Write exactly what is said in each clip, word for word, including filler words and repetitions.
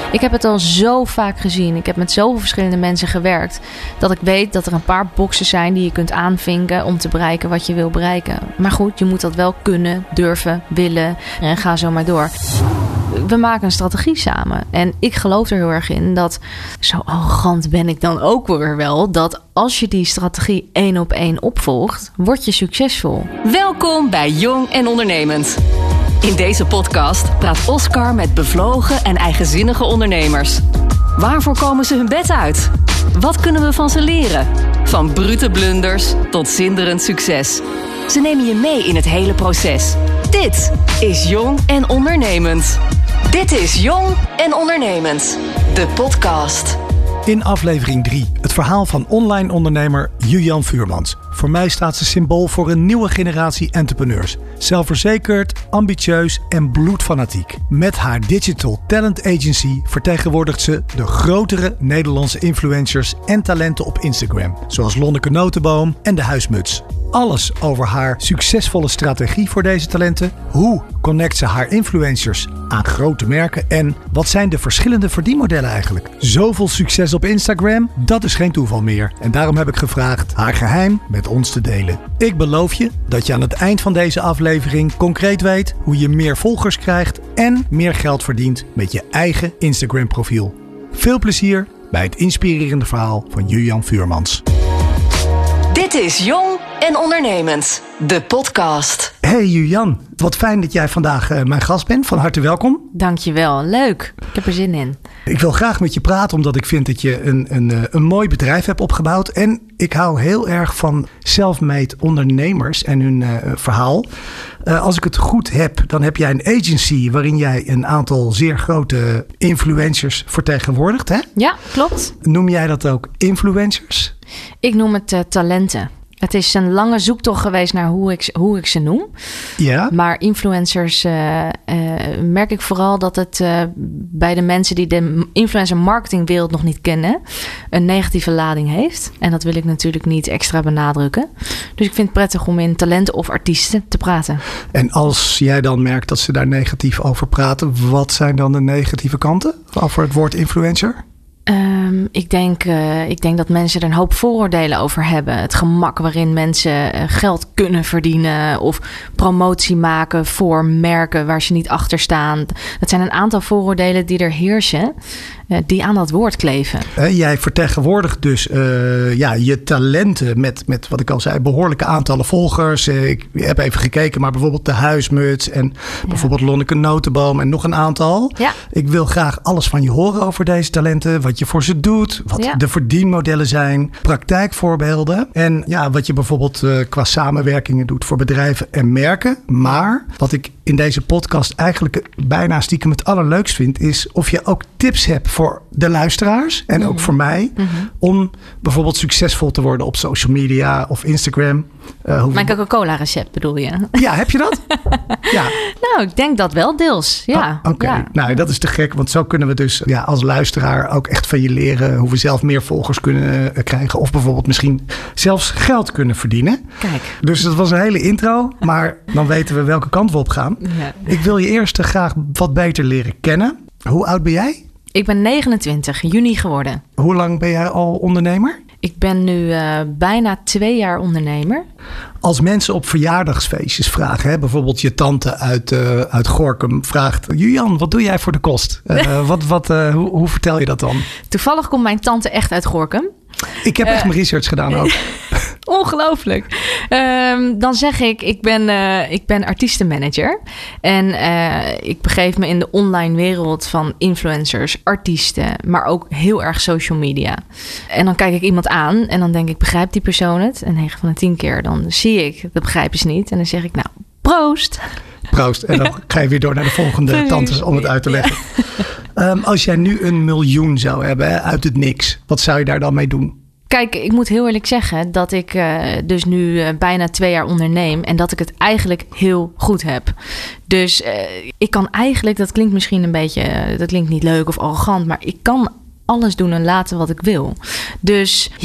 Ik heb het al zo vaak gezien. Ik heb met zoveel verschillende mensen gewerkt. Dat ik weet dat er een paar boxen zijn die je kunt aanvinken om te bereiken wat je wil bereiken. Maar goed, je moet dat wel kunnen, durven, willen en ga zo maar door. We maken een strategie samen. En ik geloof er heel erg in dat, zo arrogant ben ik dan ook weer wel, dat als je die strategie één op één opvolgt, word je succesvol. Welkom bij Jong en Ondernemend. In deze podcast praat Oscar met bevlogen en eigenzinnige ondernemers. Waarvoor komen ze hun bed uit? Wat kunnen we van ze leren? Van brute blunders tot zinderend succes. Ze nemen je mee in het hele proces. Dit is Jong en Ondernemend. Dit is Jong en Ondernemend, de podcast. In aflevering drie, het verhaal van online ondernemer Julian Vuurmans. Voor mij staat ze symbool voor een nieuwe generatie entrepreneurs. Zelfverzekerd, ambitieus en bloedfanatiek. Met haar Digital Talent Agency vertegenwoordigt ze de grotere Nederlandse influencers en talenten op Instagram. Zoals Lonneke Notenboom en de Huismuts. Alles over haar succesvolle strategie voor deze talenten. Hoe connect ze haar influencers aan grote merken? En wat zijn de verschillende verdienmodellen eigenlijk? Zoveel succes op Instagram, dat is geen toeval meer. En daarom heb ik gevraagd haar geheim met ons te delen. Ik beloof je dat je aan het eind van deze aflevering concreet weet hoe je meer volgers krijgt en meer geld verdient met je eigen Instagram profiel. Veel plezier bij het inspirerende verhaal van Julian Vuurmans. Dit is Jong en Ondernemend, de podcast. Hey Julian, wat fijn dat jij vandaag uh, mijn gast bent. Van harte welkom. Dankjewel, leuk. Ik heb er zin in. Ik wil graag met je praten omdat ik vind dat je een, een, een mooi bedrijf hebt opgebouwd. En ik hou heel erg van self-made ondernemers en hun uh, verhaal. Uh, als ik het goed heb, dan heb jij een agency waarin jij een aantal zeer grote influencers vertegenwoordigt. Hè? Ja, klopt. Noem jij dat ook influencers? Ik noem het uh, talenten. Het is een lange zoektocht geweest naar hoe ik, hoe ik ze noem. Ja. Maar influencers uh, uh, merk ik vooral dat het uh, bij de mensen die de influencer marketingwereld nog niet kennen, een negatieve lading heeft. En dat wil ik natuurlijk niet extra benadrukken. Dus ik vind het prettig om in talenten of artiesten te praten. En als jij dan merkt dat ze daar negatief over praten, wat zijn dan de negatieve kanten over het woord influencer? Um, ik, denk, uh, ik denk dat mensen er een hoop vooroordelen over hebben. Het gemak waarin mensen uh, geld kunnen verdienen of promotie maken voor merken waar ze niet achter staan. Dat zijn een aantal vooroordelen die er heersen, uh, die aan dat woord kleven. Uh, jij vertegenwoordigt dus uh, ja, je talenten met, met, wat ik al zei, behoorlijke aantallen volgers. Uh, ik heb even gekeken, maar bijvoorbeeld de Huismuts en ja. bijvoorbeeld Lonneke Notenboom en nog een aantal. Ja. Ik wil graag alles van je horen over deze talenten, wat je voor ze doet, wat ja. de verdienmodellen zijn, praktijkvoorbeelden en ja, wat je bijvoorbeeld uh, qua samenwerkingen doet voor bedrijven en merken. Maar wat ik in deze podcast eigenlijk bijna stiekem het allerleukst vind, is of je ook tips hebt voor de luisteraars en mm-hmm. ook voor mij mm-hmm. om bijvoorbeeld succesvol te worden op social media of Instagram. Uh, hoe... Mijn Coca-Cola recept bedoel je? Ja, heb je dat? Ja. Nou, ik denk dat wel deels. Ja. Oh, Oké, okay. ja. Nou dat is te gek, want zo kunnen we dus ja, als luisteraar ook echt van je leren hoe we zelf meer volgers kunnen uh, krijgen of bijvoorbeeld misschien zelfs geld kunnen verdienen. Kijk. Dus dat was een hele intro, maar dan weten we welke kant we op gaan. Ja. Ik wil je eerst graag wat beter leren kennen. Hoe oud ben jij? Ik ben negenentwintig, juni geworden. Hoe lang ben jij al ondernemer? Ik ben nu uh, bijna twee jaar ondernemer. Als mensen op verjaardagsfeestjes vragen, hè, bijvoorbeeld je tante uit, uh, uit Gorinchem vraagt, Julian, wat doe jij voor de kost? Uh, wat, wat, uh, hoe, hoe vertel je dat dan? Toevallig komt mijn tante echt uit Gorinchem. Ik heb echt uh, mijn research gedaan ook. Ongelooflijk. Um, dan zeg ik, ik ben, uh, ik ben artiestenmanager. En uh, ik begeef me in de online wereld van influencers, artiesten, maar ook heel erg social media. En dan kijk ik iemand aan en dan denk ik, begrijpt die persoon het? En negen van de tien keer dan zie ik, dat begrijpen ze niet. En dan zeg ik, nou, proost. Proost. En dan ga je weer door naar de volgende tantes om het uit te leggen. Ja. Um, als jij nu een miljoen zou hebben hè, uit het niks, wat zou je daar dan mee doen? Kijk, ik moet heel eerlijk zeggen dat ik uh, dus nu uh, bijna twee jaar onderneem en dat ik het eigenlijk heel goed heb. Dus uh, ik kan eigenlijk, dat klinkt misschien een beetje, uh, dat klinkt niet leuk of arrogant, maar ik kan alles doen en laten wat ik wil. Dus ja,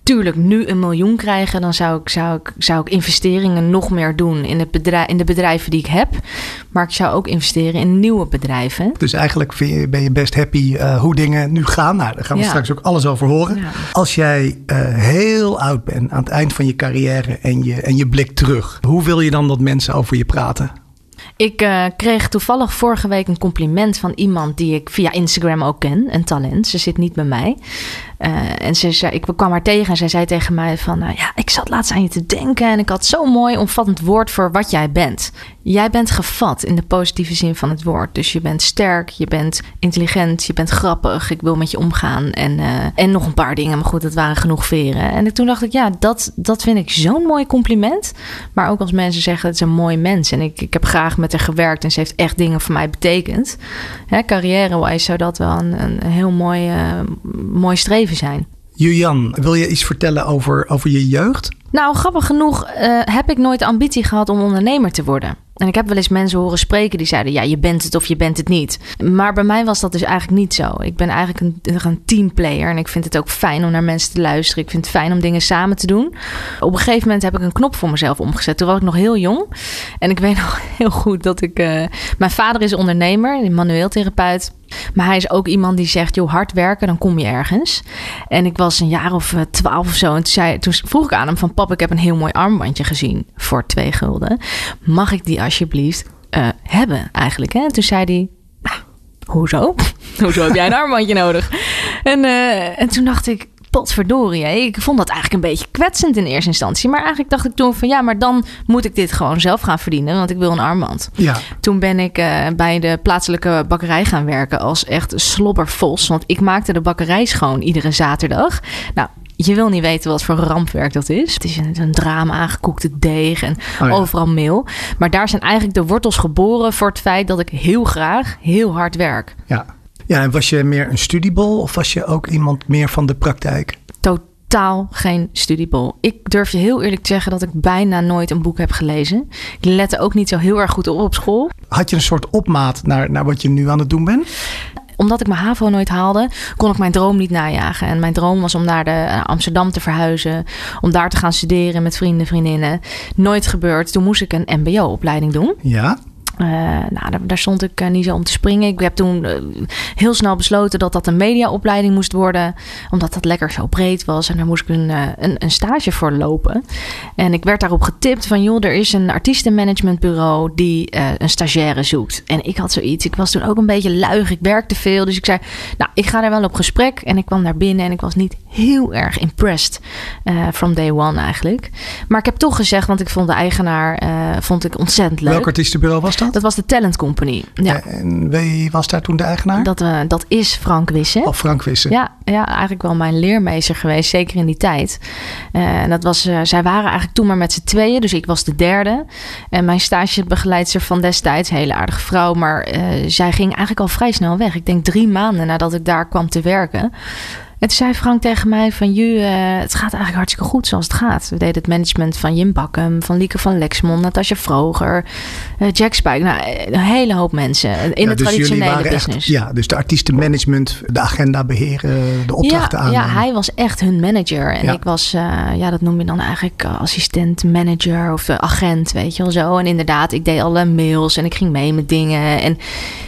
tuurlijk nu een miljoen krijgen, dan zou ik, zou ik, zou ik investeringen nog meer doen in, het bedrijf, in de bedrijven die ik heb. Maar ik zou ook investeren in nieuwe bedrijven. Dus eigenlijk vind je, ben je best happy uh, hoe dingen nu gaan. Nou, daar gaan we ja. straks ook alles over horen. Ja. Als jij uh, heel oud bent aan het eind van je carrière en je, en je blikt terug, hoe wil je dan dat mensen over je praten? Ik uh, kreeg toevallig vorige week een compliment van iemand die ik via Instagram ook ken. Een talent. Ze zit niet bij mij. Uh, en ze zei, ik kwam haar tegen en zij zei tegen mij van... Uh, ja, ik zat laatst aan je te denken en ik had zo'n mooi omvattend woord voor wat jij bent. Jij bent gevat in de positieve zin van het woord. Dus je bent sterk, je bent intelligent, je bent grappig. Ik wil met je omgaan en, uh, en nog een paar dingen. Maar goed, dat waren genoeg veren. En toen dacht ik, ja, dat, dat vind ik zo'n mooi compliment. Maar ook als mensen zeggen, het is een mooi mens. En ik, ik heb graag met haar gewerkt en ze heeft echt dingen voor mij betekend. Hè, carrière-wise zou dat wel een, een heel mooi, uh, mooi streven zijn. Julian, wil je iets vertellen over, over je jeugd? Nou, grappig genoeg uh, heb ik nooit de ambitie gehad om ondernemer te worden. En ik heb wel eens mensen horen spreken die zeiden... ja, je bent het of je bent het niet. Maar bij mij was dat dus eigenlijk niet zo. Ik ben eigenlijk een, een teamplayer. En ik vind het ook fijn om naar mensen te luisteren. Ik vind het fijn om dingen samen te doen. Op een gegeven moment heb ik een knop voor mezelf omgezet. Toen was ik nog heel jong. En ik weet nog heel goed dat ik... Uh, mijn vader is ondernemer, een manueel therapeut. Maar hij is ook iemand die zegt... joh, hard werken, dan kom je ergens. En ik was een jaar of twaalf of zo. En toen, zei, toen vroeg ik aan hem van... pap, ik heb een heel mooi armbandje gezien voor twee gulden. Mag ik die alsjeblieft uh, hebben eigenlijk? Hè? En toen zei hij... Nou, hoezo? Hoezo heb jij een armbandje nodig? En, uh, en toen dacht ik... potverdorie, hè? Ik vond dat eigenlijk een beetje kwetsend in eerste instantie. Maar eigenlijk dacht ik toen van... ja, maar dan moet ik dit gewoon zelf gaan verdienen. Want ik wil een armband. Ja. Toen ben ik uh, bij de plaatselijke bakkerij gaan werken... als echt slobbervos. Want ik maakte de bakkerij schoon iedere zaterdag. Nou... Je wil niet weten wat voor rampwerk dat is. Het is een, een drama, aangekoekte deeg en oh ja. overal meel. Maar daar zijn eigenlijk de wortels geboren voor het feit dat ik heel graag heel hard werk. Ja, ja en was je meer een studiebol of was je ook iemand meer van de praktijk? Totaal geen studiebol. Ik durf je heel eerlijk te zeggen dat ik bijna nooit een boek heb gelezen. Ik lette ook niet zo heel erg goed op op school. Had je een soort opmaat naar, naar wat je nu aan het doen bent? Omdat ik mijn HAVO nooit haalde, kon ik mijn droom niet najagen. En mijn droom was om naar de Amsterdam te verhuizen. Om daar te gaan studeren met vrienden, vriendinnen. Nooit gebeurd. Toen moest ik een M B O-opleiding doen. Ja. Uh, nou, daar, daar stond ik uh, niet zo om te springen. Ik heb toen uh, heel snel besloten dat dat een mediaopleiding moest worden. Omdat dat lekker zo breed was. En daar moest ik een, uh, een, een stage voor lopen. En ik werd daarop getipt van... joh, er is een artiestenmanagementbureau die uh, een stagiaire zoekt. En ik had zoiets. Ik was toen ook een beetje luig. Ik werkte veel. Dus ik zei, nou, ik ga daar wel op gesprek. En ik kwam daar binnen en ik was niet heel erg impressed. Uh, from day one eigenlijk. Maar ik heb toch gezegd, want ik vond de eigenaar uh, vond ik ontzettend leuk. Welk artiestenbureau was dat? Dat was de Talent Company. Ja. En wie was daar toen de eigenaar? Dat, uh, dat is Frank Wisse. Oh, Frank Wisse. Ja, ja, eigenlijk wel mijn leermeester geweest. Zeker in die tijd. Uh, dat was, uh, zij waren eigenlijk toen maar met z'n tweeën. Dus ik was de derde. En mijn stagebegeleidster van destijds, hele aardige vrouw. Maar uh, zij ging eigenlijk al vrij snel weg. Ik denk drie maanden nadat ik daar kwam te werken. En toen zei Frank tegen mij van... Ju, uh, het gaat eigenlijk hartstikke goed zoals het gaat. We deden het management van Jim Bakkum... van Lieke van Lexmond, Natasja Vroger... Uh, Jack Spijk. Nou, een hele hoop mensen in ja, de dus traditionele business. Echt, ja, dus de artiestenmanagement, de agenda beheren... de opdrachten ja, aan. Ja, hij was echt hun manager. En ja. ik was, uh, ja, dat noem je dan eigenlijk... assistent manager of uh, agent, weet je wel zo. En inderdaad, ik deed alle mails... en ik ging mee met dingen... en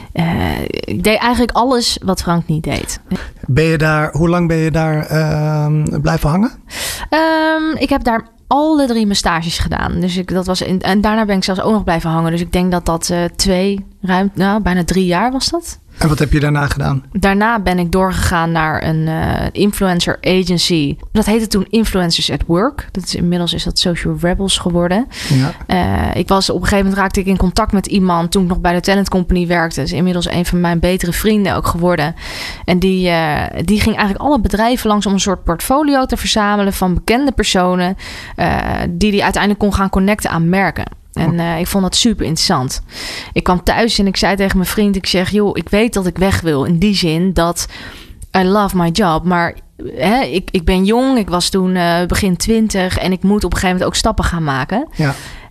Uh, ik deed eigenlijk alles wat Frank niet deed. Ben je daar, hoe lang ben je daar uh, blijven hangen? Um, ik heb daar alle drie mijn stages gedaan. Dus ik, dat was in, en daarna ben ik zelfs ook nog blijven hangen. Dus ik denk dat dat uh, twee, ruim, nou, bijna drie jaar was dat. En wat heb je daarna gedaan? Daarna ben ik doorgegaan naar een uh, influencer agency. Dat heette toen Influencers at Work. Dat is, inmiddels is dat Social Rebels geworden. Ja. Uh, ik was, op een gegeven moment raakte ik in contact met iemand... toen ik nog bij de Talent Company werkte. Dat is inmiddels een van mijn betere vrienden ook geworden. En die, uh, die ging eigenlijk alle bedrijven langs... om een soort portfolio te verzamelen van bekende personen... Uh, die die uiteindelijk kon gaan connecten aan merken. En uh, ik vond dat super interessant. Ik kwam thuis en ik zei tegen mijn vriend... ik zeg, joh, ik weet dat ik weg wil. In die zin dat I love my job. Maar hè, ik, ik ben jong. Ik was toen uh, begin twintig. En ik moet op een gegeven moment ook stappen gaan maken. Ja.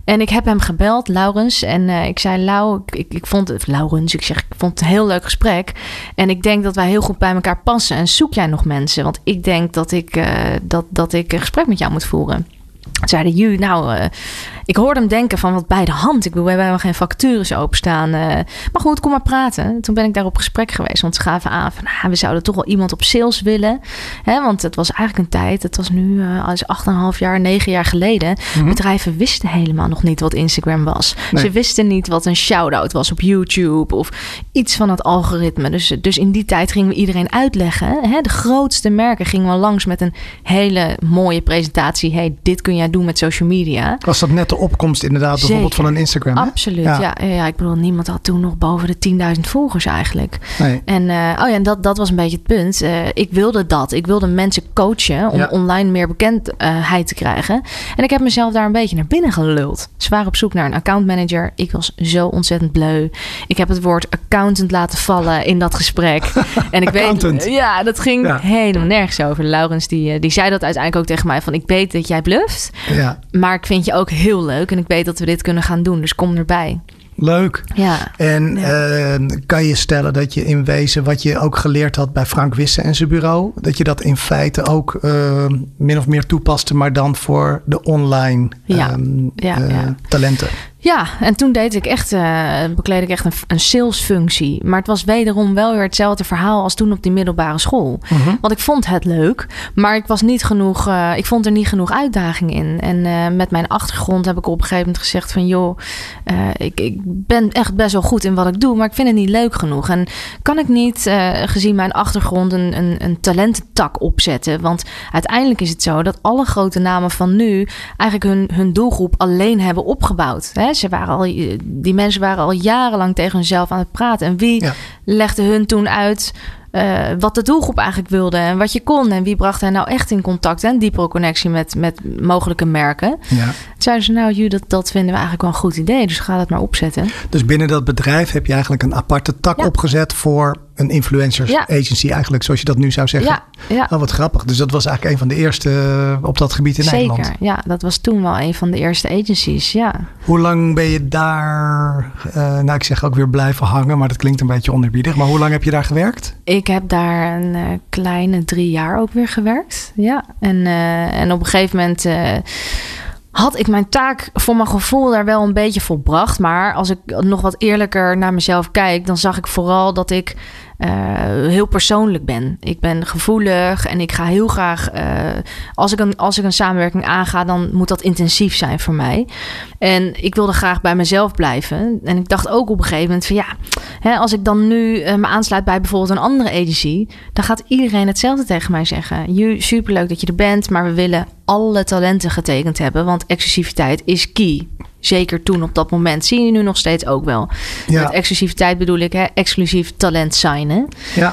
En ik heb hem gebeld, Laurens. En uh, ik zei, Lau, ik, ik, ik vond het... Laurens, ik zeg, ik vond het een heel leuk gesprek. En ik denk dat wij heel goed bij elkaar passen. En zoek jij nog mensen? Want ik denk dat ik, uh, dat, dat ik een gesprek met jou moet voeren. Toen zeiden jullie, nou... Uh, ik hoorde hem denken van wat bij de hand. Ik bedoel, we hebben helemaal geen vacatures openstaan. Uh, maar goed, kom maar praten. Toen ben ik daar op gesprek geweest. Want ze gaven aan van, nou, we zouden toch wel iemand op sales willen. Hè, want het was eigenlijk een tijd. Het was nu uh, al acht en een half jaar, negen jaar geleden. Mm-hmm. Bedrijven wisten helemaal nog niet wat Instagram was. Nee. Ze wisten niet wat een shout-out was op YouTube. Of iets van het algoritme. Dus, dus in die tijd gingen we iedereen uitleggen. Hè, de grootste merken gingen we langs met een hele mooie presentatie. Hey, dit kun jij doen met social media. Was dat net de opkomst inderdaad Zeker. bijvoorbeeld van een Instagram? Hè? Absoluut, ja. Ja, ja. Ik bedoel, niemand had toen nog boven de tienduizend volgers eigenlijk. Nee. En uh, oh ja, en dat, dat was een beetje het punt. Uh, ik wilde dat. Ik wilde mensen coachen om ja. online meer bekendheid te krijgen. En ik heb mezelf daar een beetje naar binnen geluld. Ze waren op zoek naar een accountmanager. Ik was zo ontzettend bleu. Ik heb het woord accountant laten vallen in dat gesprek. En ik weet, ja, dat ging ja. helemaal nergens over. Laurens, die, die zei dat uiteindelijk ook tegen mij van, ik weet dat jij bluft, ja. maar ik vind je ook heel leuk en ik weet dat we dit kunnen gaan doen, dus kom erbij. Leuk. Ja. En ja. Uh, kan je stellen dat je in wezen wat je ook geleerd had bij Frank Wisse en zijn bureau, dat je dat in feite ook uh, min of meer toepaste, maar dan voor de online ja. Um, ja, uh, ja. talenten? Ja, en toen deed ik echt, uh, bekleed ik echt een, een salesfunctie. Maar het was wederom wel weer hetzelfde verhaal als toen op die middelbare school. Mm-hmm. Want ik vond het leuk, maar ik was niet genoeg, uh, ik vond er niet genoeg uitdaging in. En uh, met mijn achtergrond heb ik op een gegeven moment gezegd van, joh, uh, ik, ik ben echt best wel goed in wat ik doe, maar ik vind het niet leuk genoeg. En kan ik niet, uh, gezien mijn achtergrond, een, een, een talententak opzetten? Want uiteindelijk is het zo dat alle grote namen van nu eigenlijk hun, hun doelgroep alleen hebben opgebouwd. Hè? Ze waren al, die mensen waren al jarenlang tegen hunzelf aan het praten. En wie ja. legde hun toen uit uh, wat de doelgroep eigenlijk wilde en wat je kon? En wie bracht hen nou echt in contact en diepere connectie met, met mogelijke merken? Ja. Toen zeiden ze, nou, Ju, dat, dat vinden we eigenlijk wel een goed idee. Dus ga dat maar opzetten. Dus binnen dat bedrijf heb je eigenlijk een aparte tak ja. opgezet voor een influencers ja. agency eigenlijk, zoals je dat nu zou zeggen. Ja, ja. Oh, wat grappig. Dus dat was eigenlijk een van de eerste op dat gebied in Zeker, Nederland. Zeker, ja. Dat was toen wel een van de eerste agencies, ja. Hoe lang ben je daar, uh, nou ik zeg ook weer blijven hangen, maar dat klinkt een beetje onerbiedig. Maar hoe lang heb je daar gewerkt? Ik heb daar een uh, kleine drie jaar ook weer gewerkt, ja. En, uh, en op een gegeven moment Uh, had ik mijn taak voor mijn gevoel daar wel een beetje volbracht. Maar als ik nog wat eerlijker naar mezelf kijk, dan zag ik vooral dat ik uh, heel persoonlijk ben. Ik ben gevoelig en ik ga heel graag, uh, als ik een, als ik een samenwerking aanga, dan moet dat intensief zijn voor mij. En ik wilde graag bij mezelf blijven. En ik dacht ook op een gegeven moment van ja, hè, als ik dan nu uh, me aansluit bij bijvoorbeeld een andere agency, dan gaat iedereen hetzelfde tegen mij zeggen. Je, superleuk dat je er bent, maar we willen alle talenten getekend hebben, want exclusiviteit is key. Zeker toen op dat moment. Zie je nu nog steeds ook wel. Ja. Met exclusiviteit bedoel ik hè, exclusief talent signen. Ja.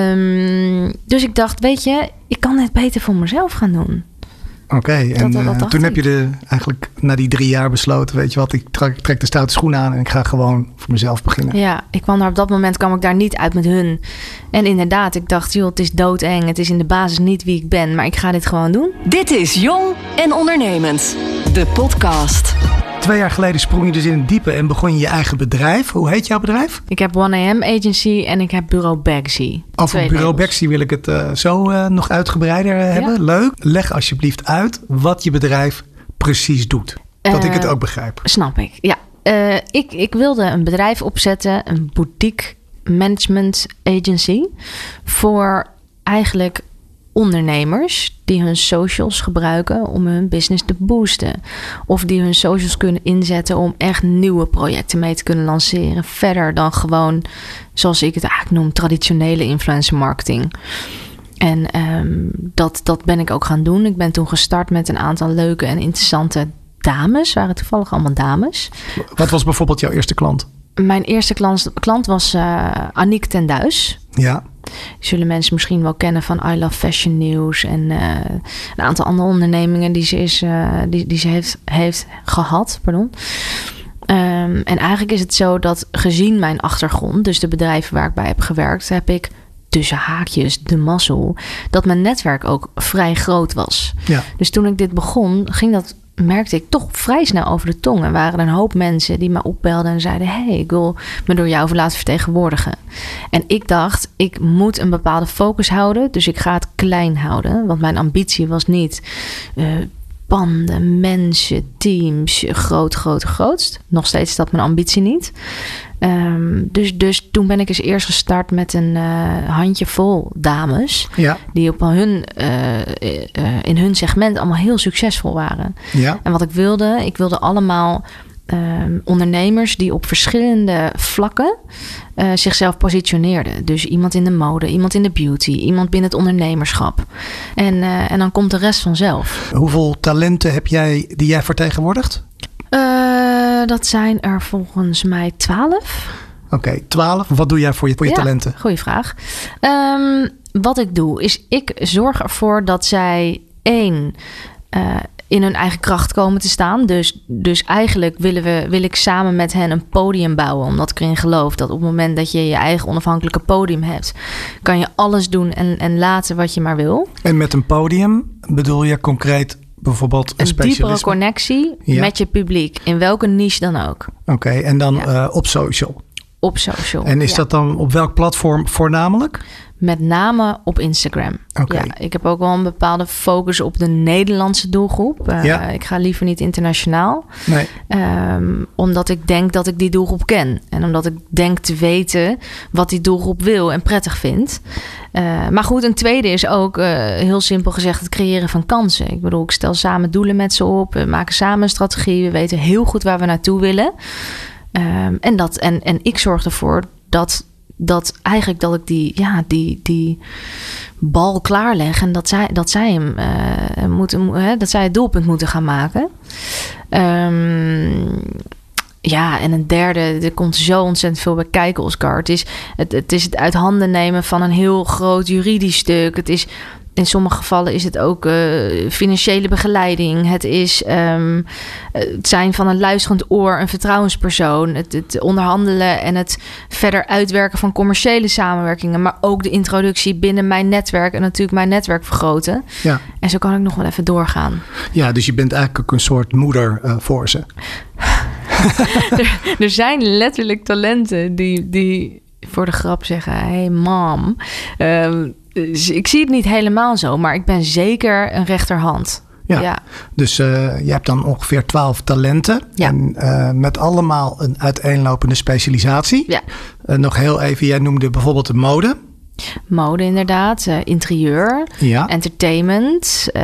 Um, dus ik dacht, weet je, ik kan het beter voor mezelf gaan doen. Oké, okay, en uh, toen ik. heb je de, eigenlijk na die drie jaar besloten, weet je wat, ik trek, trek de stoute schoenen aan en ik ga gewoon voor mezelf beginnen. Ja, ik kwam daar op dat moment kwam ik daar niet uit met hun. En inderdaad, ik dacht, joh, het is doodeng. Het is in de basis niet wie ik ben, maar ik ga dit gewoon doen. Dit is Jong en Ondernemend, de podcast. Twee jaar geleden sprong je dus in het diepe en begon je je eigen bedrijf. Hoe heet jouw bedrijf? Ik heb one A M Agency en ik heb Bureau Bagsy. Over Bureau labels. Bagsy wil ik het uh, zo uh, nog uitgebreider uh, hebben. Ja. Leuk. Leg alsjeblieft uit wat je bedrijf precies doet. Dat uh, ik het ook begrijp. Snap ik, ja. Uh, ik, ik wilde een bedrijf opzetten, een boutique management agency, voor eigenlijk ondernemers die hun socials gebruiken om hun business te boosten. Of die hun socials kunnen inzetten om echt nieuwe projecten mee te kunnen lanceren. Verder dan gewoon, zoals ik het eigenlijk noem, traditionele influencer marketing. En um, dat, dat ben ik ook gaan doen. Ik ben toen gestart met een aantal leuke en interessante dames. Waren toevallig allemaal dames. Wat was bijvoorbeeld jouw eerste klant? Mijn eerste klant, klant was uh, Aniek ten Duis. Ja. Zullen mensen misschien wel kennen van I Love Fashion News en uh, een aantal andere ondernemingen die ze, is, uh, die, die ze heeft, heeft gehad. Pardon. Um, en eigenlijk is het zo dat gezien mijn achtergrond, dus de bedrijven waar ik bij heb gewerkt, heb ik tussen haakjes de mazzel dat mijn netwerk ook vrij groot was. Ja. Dus toen ik dit begon, ging dat merkte ik toch vrij snel over de tong. En waren er een hoop mensen die me opbelden en zeiden... hey, ik wil me door jou laten vertegenwoordigen. En ik dacht, ik moet een bepaalde focus houden. Dus ik ga het klein houden. Want mijn ambitie was niet... Uh, panden, mensen, teams, groot, groot, grootst. Nog steeds is dat mijn ambitie niet. Um, dus, dus toen ben ik eens eerst gestart met een uh, handjevol dames... Ja. die op hun, uh, uh, in hun segment allemaal heel succesvol waren. Ja. En wat ik wilde, ik wilde allemaal... Um, ondernemers die op verschillende vlakken uh, zichzelf positioneerden. Dus iemand in de mode, iemand in de beauty, iemand binnen het ondernemerschap. En, uh, en dan komt de rest vanzelf. Hoeveel talenten heb jij die jij vertegenwoordigt? Uh, dat zijn er volgens mij twaalf. Oké, okay, twaalf. Wat doe jij voor je, voor je ja, talenten? Goeie vraag. Um, wat ik doe is, ik zorg ervoor dat zij één... Uh, in hun eigen kracht komen te staan. Dus, dus eigenlijk willen we, wil ik samen met hen een podium bouwen. Omdat ik erin geloof dat op het moment dat je je eigen onafhankelijke podium hebt... kan je alles doen en, en laten wat je maar wil. En met een podium bedoel je concreet bijvoorbeeld een, een specialisme? Een diepere connectie ja. met je publiek. In welke niche dan ook. Oké, okay, en dan ja. uh, op social? Op social, En is ja. dat dan op welk platform voornamelijk? Met name op Instagram. Okay. Ja, ik heb ook wel een bepaalde focus op de Nederlandse doelgroep. Uh, ja. Ik ga liever niet internationaal. Nee. Um, omdat ik denk dat ik die doelgroep ken. En omdat ik denk te weten wat die doelgroep wil en prettig vindt. Uh, maar goed, een tweede is ook uh, heel simpel gezegd het creëren van kansen. Ik bedoel, ik stel samen doelen met ze op. We maken samen een strategie. We weten heel goed waar we naartoe willen. Um, en, dat, en, en ik zorg ervoor dat... dat eigenlijk dat ik die, ja, die, die bal klaarleg... en dat zij, dat zij, hem, uh, moeten, uh, dat zij het doelpunt moeten gaan maken. Um, ja, en een derde, er komt zo ontzettend veel bij kijken, Oscar. Het is het, het is het uit handen nemen van een heel groot juridisch stuk. Het is... In sommige gevallen is het ook uh, financiële begeleiding. Het is um, het zijn van een luisterend oor, een vertrouwenspersoon. Het, het onderhandelen en het verder uitwerken van commerciële samenwerkingen. Maar ook de introductie binnen mijn netwerk. En natuurlijk mijn netwerk vergroten. Ja. En zo kan ik nog wel even doorgaan. Ja, dus je bent eigenlijk ook een soort moeder uh, voor ze. er, er zijn letterlijk talenten die, die voor de grap zeggen... Hey mom... Um, ik zie het niet helemaal zo, maar ik ben zeker een rechterhand. Ja, ja. Dus uh, je hebt dan ongeveer twaalf talenten. Ja. En uh, met allemaal een uiteenlopende specialisatie. Ja. Uh, nog heel even, jij noemde bijvoorbeeld de mode. Mode inderdaad, uh, interieur, ja. entertainment, uh,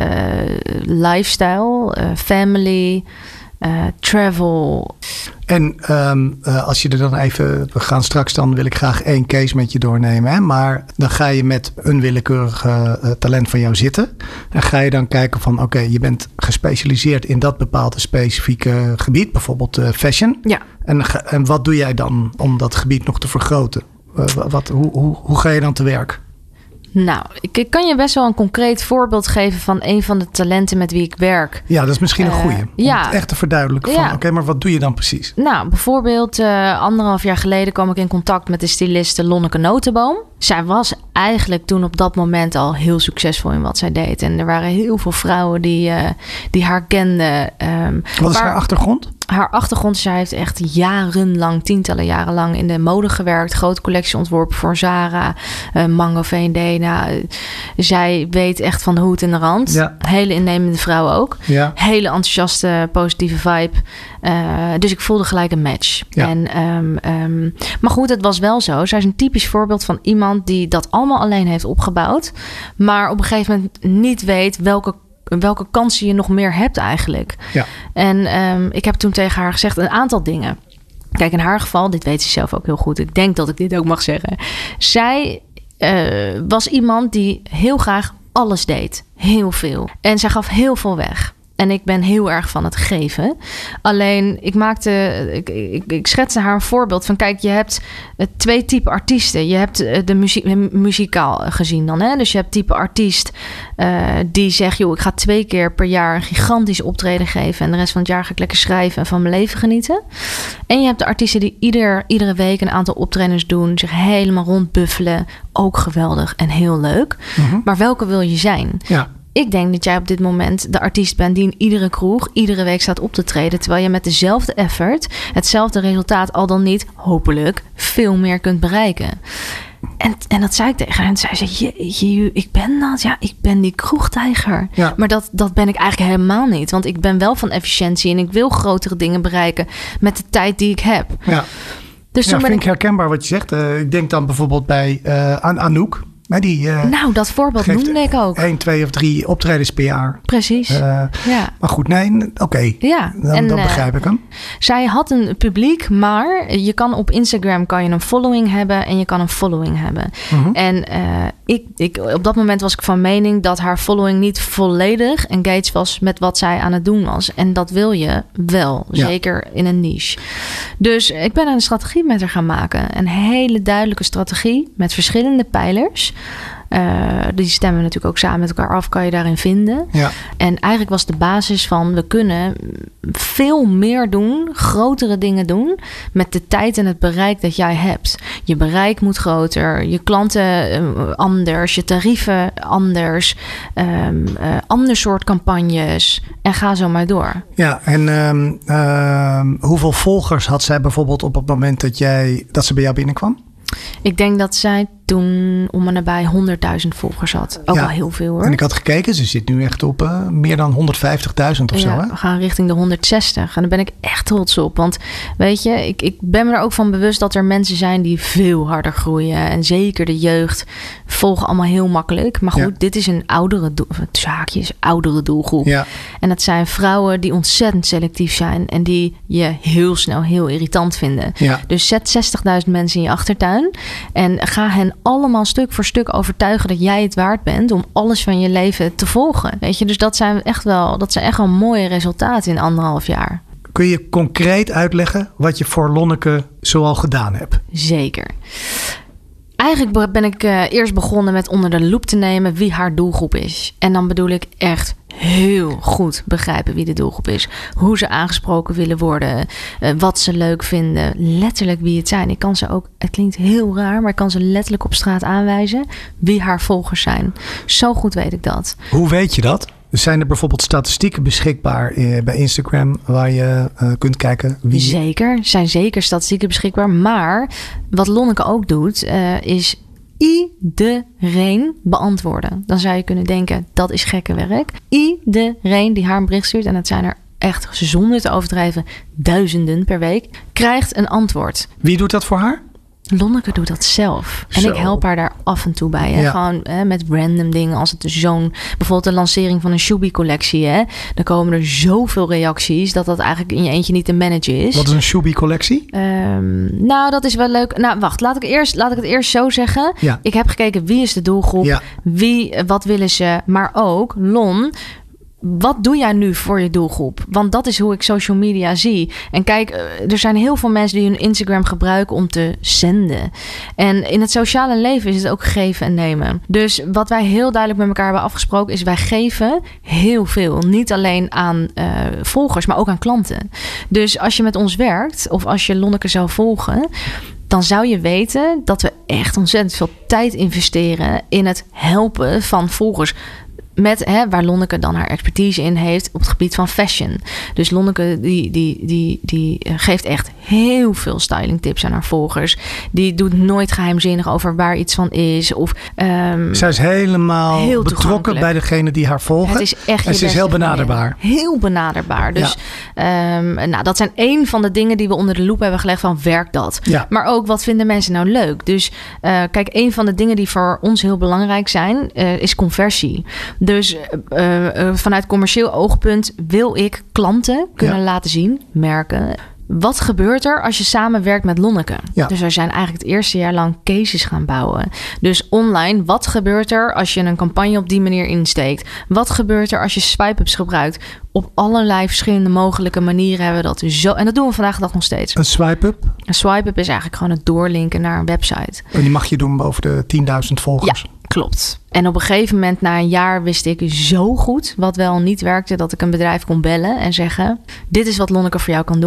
lifestyle, uh, family... Uh, travel. En um, uh, als je er dan even... We gaan straks dan, wil ik graag één case met je doornemen. Hè? Maar dan ga je met een willekeurig uh, talent van jou zitten. En ga je dan kijken van... Oké, okay, je bent gespecialiseerd in dat bepaalde specifieke gebied. Bijvoorbeeld uh, fashion. Ja. En, en wat doe jij dan om dat gebied nog te vergroten? Uh, wat, hoe, hoe, hoe ga je dan te werk? Nou, ik, ik kan je best wel een concreet voorbeeld geven van een van de talenten met wie ik werk. Ja, dat is misschien een goeie. Uh, om ja. het echt te verduidelijken van, ja. oké, okay, maar wat doe je dan precies? Nou, bijvoorbeeld uh, anderhalf jaar geleden kwam ik in contact met de styliste Lonneke Notenboom. Zij was eigenlijk toen op dat moment al heel succesvol in wat zij deed. En er waren heel veel vrouwen die, uh, die haar kenden. Um, wat is waar, haar achtergrond? Haar achtergrond, zij heeft echt jarenlang, tientallen jaren lang in de mode gewerkt. Grote collectie ontworpen voor Zara, uh, Mango V en D. Nou, zij weet echt van de hoed en de rand. Ja. Hele innemende vrouw ook. Ja. Hele enthousiaste, positieve vibe. Uh, dus ik voelde gelijk een match. Ja. En, um, um, maar goed, het was wel zo. Zij is een typisch voorbeeld van iemand die dat allemaal alleen heeft opgebouwd. Maar op een gegeven moment niet weet welke welke kansen je nog meer hebt eigenlijk. Ja. En um, ik heb toen tegen haar gezegd een aantal dingen. Kijk, in haar geval, dit weet ze zelf ook heel goed. Ik denk dat ik dit ook mag zeggen. Zij uh, was iemand die heel graag alles deed. Heel veel. En zij gaf heel veel weg. En ik ben heel erg van het geven. Alleen, ik maakte, ik, ik, ik schetste haar een voorbeeld van... kijk, je hebt twee typen artiesten. Je hebt de muziek, muzikaal gezien dan. Hè? Dus je hebt type artiest uh, die zegt... joh, ik ga twee keer per jaar een gigantisch optreden geven... en de rest van het jaar ga ik lekker schrijven en van mijn leven genieten. En je hebt de artiesten die ieder, iedere week een aantal optredens doen... zich helemaal rondbuffelen. Ook geweldig en heel leuk. Mm-hmm. Maar welke wil je zijn? Ja. ik denk dat jij op dit moment de artiest bent die in iedere kroeg iedere week staat op te treden. Terwijl je met dezelfde effort, hetzelfde resultaat, al dan niet, hopelijk, veel meer kunt bereiken. En, en dat zei ik tegen haar. En zei ze, jeetje, ik ben dat. Ja, ik ben die kroegtijger. Ja. Maar dat, dat ben ik eigenlijk helemaal niet. Want ik ben wel van efficiëntie en ik wil grotere dingen bereiken met de tijd die ik heb. Ja, dus ja, vind ik... ik herkenbaar wat je zegt. Uh, ik denk dan bijvoorbeeld bij uh, An- Anouk. Maar die, uh, nou, dat voorbeeld noemde ik ook. één, twee of drie optredens per jaar. Precies. Uh, ja. Maar goed, nee, oké. Okay. Ja. Dan, en, dan begrijp ik hem. Uh, zij had een publiek, maar je kan op Instagram kan je een following hebben en je kan een following hebben. Uh-huh. En uh, ik, ik, op dat moment was ik van mening dat haar following niet volledig engaged was met wat zij aan het doen was. En dat wil je wel, ja. Zeker in een niche. Dus ik ben een strategie met haar gaan maken. Een hele duidelijke strategie met verschillende pijlers. Uh, die stemmen we natuurlijk ook samen met elkaar af, kan je daarin vinden. Ja. En eigenlijk was de basis van, we kunnen veel meer doen, grotere dingen doen, met de tijd en het bereik dat jij hebt. Je bereik moet groter, je klanten uh, anders, je tarieven anders, um, uh, ander soort campagnes en ga zo maar door. Ja, en um, uh, hoeveel volgers had zij bijvoorbeeld op het moment dat, jij, dat ze bij jou binnenkwam? Ik denk dat zij toen om en nabij honderdduizend volgers had. Ook ja, al heel veel hoor. En ik had gekeken, ze zit nu echt op uh, meer dan honderdvijftigduizend of ja, zo. Hè? We gaan richting de honderdzestig. En daar ben ik echt trots op. Want weet je, ik, ik ben me er ook van bewust dat er mensen zijn die veel harder groeien. En zeker de jeugd volgen allemaal heel makkelijk. Maar goed, ja. Dit is een oudere doel, het zaakje is oudere doelgroep. Ja. En dat zijn vrouwen die ontzettend selectief zijn. En die je heel snel heel irritant vinden. Ja. Dus zet zestigduizend mensen in je achtertuin. En ga hen allemaal stuk voor stuk overtuigen dat jij het waard bent om alles van je leven te volgen. Weet je, dus dat zijn echt wel, dat zijn echt wel mooie resultaten in anderhalf jaar. Kun je concreet uitleggen wat je voor Lonneke zoal gedaan hebt? Zeker. Eigenlijk ben ik uh, eerst begonnen met onder de loep te nemen wie haar doelgroep is. En dan bedoel ik echt heel goed begrijpen wie de doelgroep is. Hoe ze aangesproken willen worden. Uh, wat ze leuk vinden. Letterlijk wie het zijn. Ik kan ze ook, het klinkt heel raar, maar ik kan ze letterlijk op straat aanwijzen wie haar volgers zijn. Zo goed weet ik dat. Hoe weet je dat? Zijn er bijvoorbeeld statistieken beschikbaar bij Instagram waar je uh, kunt kijken wie... Zeker, er zijn zeker statistieken beschikbaar. Maar wat Lonneke ook doet, uh, is iedereen beantwoorden. Dan zou je kunnen denken, dat is gekke werk. Iedereen die haar een bericht stuurt, en dat zijn er echt zonder te overdrijven duizenden per week, krijgt een antwoord. Wie doet dat voor haar? Lonneke doet dat zelf. En Zo. Ik help haar daar af en toe bij. Hè? Ja. Gewoon hè, met random dingen. Als het dus zo'n... Bijvoorbeeld de lancering van een Shubi-collectie. Hè? Dan komen er zoveel reacties... dat dat eigenlijk in je eentje niet te managen is. Wat is een Shubi-collectie? Um, nou, dat is wel leuk. Nou, wacht. Laat ik, eerst, laat ik het eerst zo zeggen. Ja. Ik heb gekeken wie is de doelgroep. Ja. Wie, wat willen ze. Maar ook, Lon... Wat doe jij nu voor je doelgroep? Want dat is hoe ik social media zie. En kijk, er zijn heel veel mensen die hun Instagram gebruiken om te zenden. En in het sociale leven is het ook geven en nemen. Dus wat wij heel duidelijk met elkaar hebben afgesproken is wij geven heel veel. Niet alleen aan uh, volgers, maar ook aan klanten. Dus als je met ons werkt of als je Lonneke zou volgen... dan zou je weten dat we echt ontzettend veel tijd investeren in het helpen van volgers. Met hè, waar Lonneke dan haar expertise in heeft op het gebied van fashion. Dus Lonneke die, die, die, die geeft echt heel veel styling tips aan haar volgers. Die doet nooit geheimzinnig over waar iets van is. Of, um, Zij is helemaal heel betrokken bij degene die haar volgen. Het is echt en ze is heel benaderbaar. Vriendin. Heel benaderbaar. Dus ja. um, nou, dat zijn één van de dingen die we onder de loep hebben gelegd van werkt dat. Ja. Maar ook wat vinden mensen nou leuk. Dus uh, kijk, één van de dingen die voor ons heel belangrijk zijn uh, is conversie. Dus uh, uh, vanuit commercieel oogpunt wil ik klanten kunnen ja. laten zien, merken. Wat gebeurt er als je samenwerkt met Lonneke? Ja. Dus we zijn eigenlijk het eerste jaar lang cases gaan bouwen. Dus online, wat gebeurt er als je een campagne op die manier insteekt? Wat gebeurt er als je swipe-ups gebruikt? Op allerlei verschillende mogelijke manieren hebben we dat dus zo. En dat doen we vandaag de dag nog steeds. Een swipe-up? Een swipe-up is eigenlijk gewoon het doorlinken naar een website. En die mag je doen boven de tienduizend volgers? Ja. Klopt. En op een gegeven moment, na een jaar, wist ik zo goed wat wel niet werkte, dat ik een bedrijf kon bellen en zeggen: dit is wat Lonneke voor jou kan doen.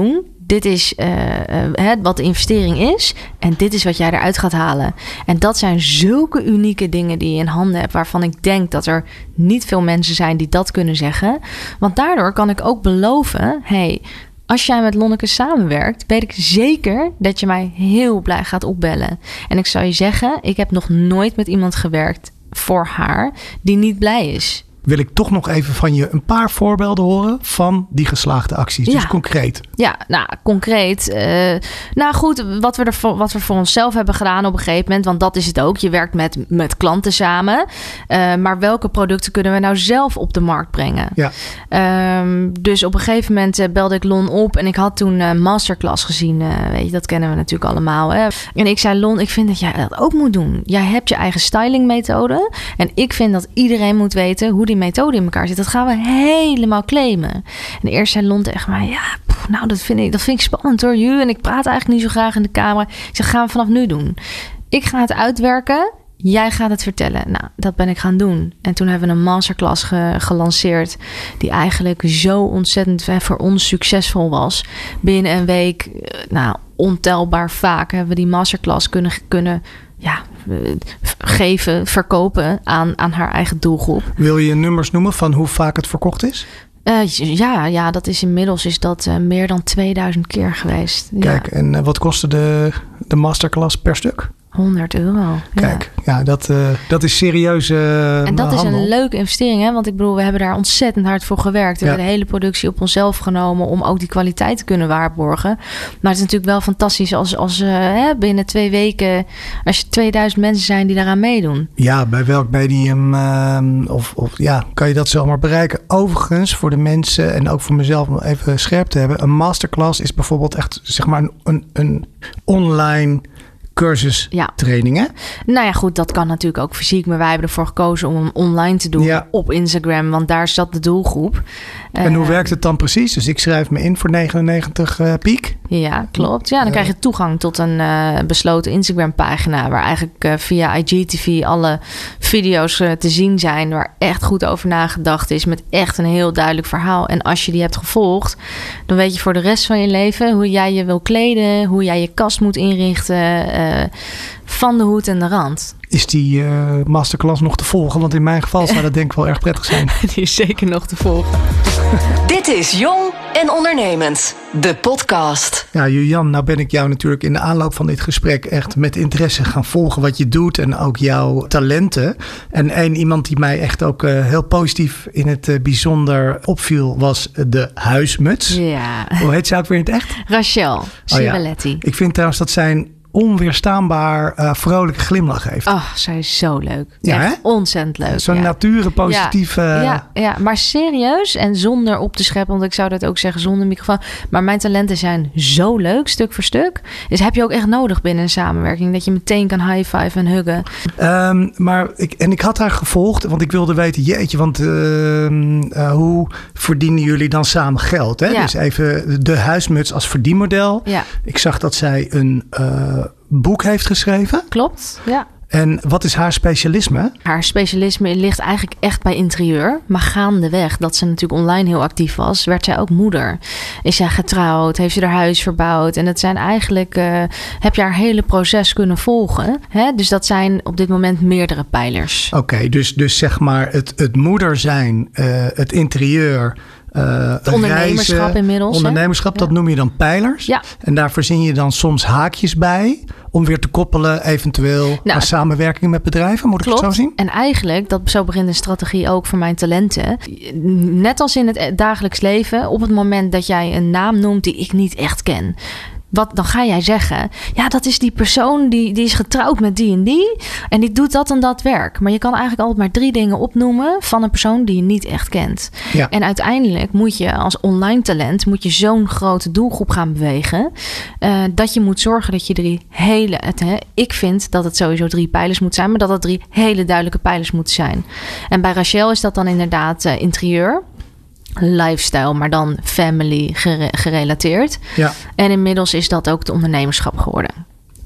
dit is uh, uh, wat de investering is en dit is wat jij eruit gaat halen. En dat zijn zulke unieke dingen die je in handen hebt, waarvan ik denk dat er niet veel mensen zijn die dat kunnen zeggen. Want daardoor kan ik ook beloven, hey, als jij met Lonneke samenwerkt, weet ik zeker dat je mij heel blij gaat opbellen. En ik zou je zeggen, ik heb nog nooit met iemand gewerkt voor haar die niet blij is. Wil ik toch nog even van je een paar voorbeelden horen van die geslaagde acties. Ja. Dus concreet. Ja, nou, concreet. Uh, nou goed, wat we, er voor, wat we voor onszelf hebben gedaan op een gegeven moment. Want dat is het ook. Je werkt met, met klanten samen. Uh, maar welke producten kunnen we nou zelf op de markt brengen? Ja. Um, dus op een gegeven moment uh, belde ik Lon op. En ik had toen een uh, masterclass gezien. Uh, weet je, dat kennen we natuurlijk allemaal. Hè? En ik zei, Lon, ik vind dat jij dat ook moet doen. Jij hebt je eigen stylingmethode. En ik vind dat iedereen moet weten hoe die methode in elkaar zit. Dat gaan we helemaal claimen. En eerst zei Lon tegen mij, ja, pff, nou, dat vind ik, dat vind ik spannend hoor, Ju. En ik praat eigenlijk niet zo graag in de camera. Ik zeg, gaan we vanaf nu doen. Ik ga het uitwerken. Jij gaat het vertellen. Nou, dat ben ik gaan doen. En toen hebben we een masterclass ge- gelanceerd die eigenlijk zo ontzettend voor ons succesvol was. Binnen een week, nou, ontelbaar vaak hebben we die masterclass kunnen, kunnen ja, geven, verkopen aan, aan haar eigen doelgroep. Wil je nummers noemen van hoe vaak het verkocht is? Uh, ja, ja, dat is inmiddels is dat uh, meer dan tweeduizend keer geweest. Kijk, ja. En uh, wat kostte de, de masterclass per stuk? honderd euro. Kijk, ja, ja dat, uh, dat is serieuze uh, En dat handel. is een leuke investering, hè? Want ik bedoel, we hebben daar ontzettend hard voor gewerkt. We ja. hebben de hele productie op onszelf genomen om ook die kwaliteit te kunnen waarborgen. Maar het is natuurlijk wel fantastisch als, als uh, hè, binnen twee weken, als je tweeduizend mensen zijn die daaraan meedoen. Ja, bij welk medium uh, of, of ja, kan je dat zomaar bereiken? Overigens, voor de mensen en ook voor mezelf om even scherp te hebben, een masterclass is bijvoorbeeld echt, zeg maar, een, een, een online cursus ja. trainingen. Nou ja, goed, dat kan natuurlijk ook fysiek. Maar wij hebben ervoor gekozen om hem online te doen ja. op Instagram. Want daar zat de doelgroep. En uh, hoe werkt het dan precies? Dus ik schrijf me in voor negenennegentig uh, piek. Ja, klopt. Ja, dan uh, krijg je toegang tot een uh, besloten Instagram pagina. Waar eigenlijk uh, via I G T V alle video's uh, te zien zijn. Waar echt goed over nagedacht is. Met echt een heel duidelijk verhaal. En als je die hebt gevolgd, dan weet je voor de rest van je leven hoe jij je wil kleden. Hoe jij je kast moet inrichten. Uh, van de hoed en de rand. Is die uh, masterclass nog te volgen? Want in mijn geval zou dat denk ik wel erg prettig zijn. Die is zeker nog te volgen. Dit is Jong en Ondernemend, de podcast. Ja, Julian, nou ben ik jou natuurlijk in de aanloop van dit gesprek echt met interesse gaan volgen wat je doet en ook jouw talenten. En één iemand die mij echt ook uh, heel positief in het uh, bijzonder opviel was de huismuts. Ja. Hoe heet ze ook weer in het echt? Rachel Cirelletti. Oh ja. Ik vind trouwens dat zijn onweerstaanbaar uh, vrolijke glimlach heeft. Oh, zij is zo leuk. Ja, echt ontzettend leuk. Zo'n ja. naturenpositieve... Ja, ja, ja, maar serieus en zonder op te scheppen, want ik zou dat ook zeggen zonder microfoon. Maar mijn talenten zijn zo leuk, stuk voor stuk. Dus heb je ook echt nodig binnen een samenwerking, dat je meteen kan high-five en huggen. Um, maar ik, en ik had haar gevolgd, want ik wilde weten, jeetje, want uh, uh, hoe verdienen jullie dan samen geld? Hè? Ja. Dus even de huismuts als verdienmodel. Ja. Ik zag dat zij een uh, boek heeft geschreven. Klopt, ja. En wat is haar specialisme? Haar specialisme ligt eigenlijk echt bij interieur. Maar gaandeweg, dat ze natuurlijk online heel actief was, werd zij ook moeder. Is zij getrouwd? Heeft ze haar huis verbouwd? En dat zijn eigenlijk, uh, heb je haar hele proces kunnen volgen. Hè? Dus dat zijn op dit moment meerdere pijlers. Oké, okay, dus, dus zeg maar het, het moeder zijn, uh, het interieur... Uh, het ondernemerschap reizen, inmiddels. Ondernemerschap, hè? Dat ja. noem je dan pijlers. Ja. En daar verzin je dan soms haakjes bij om weer te koppelen eventueel nou, aan samenwerking met bedrijven. Moet klopt. ik het zo zien? En eigenlijk, dat, zo begint een strategie ook voor mijn talenten. Net als in het dagelijks leven, op het moment dat jij een naam noemt die ik niet echt ken... Wat, dan ga jij zeggen, ja, dat is die persoon die, die is getrouwd met die en die. En die doet dat en dat werk. Maar je kan eigenlijk altijd maar drie dingen opnoemen van een persoon die je niet echt kent. Ja. En uiteindelijk moet je als online talent, moet je zo'n grote doelgroep gaan bewegen. Uh, dat je moet zorgen dat je drie hele, het, hè, ik vind dat het sowieso drie pijlers moet zijn. Maar dat het drie hele duidelijke pijlers moeten zijn. En bij Rachel is dat dan inderdaad uh, interieur. Lifestyle, maar dan family gere- gerelateerd. Ja. En inmiddels is dat ook het ondernemerschap geworden.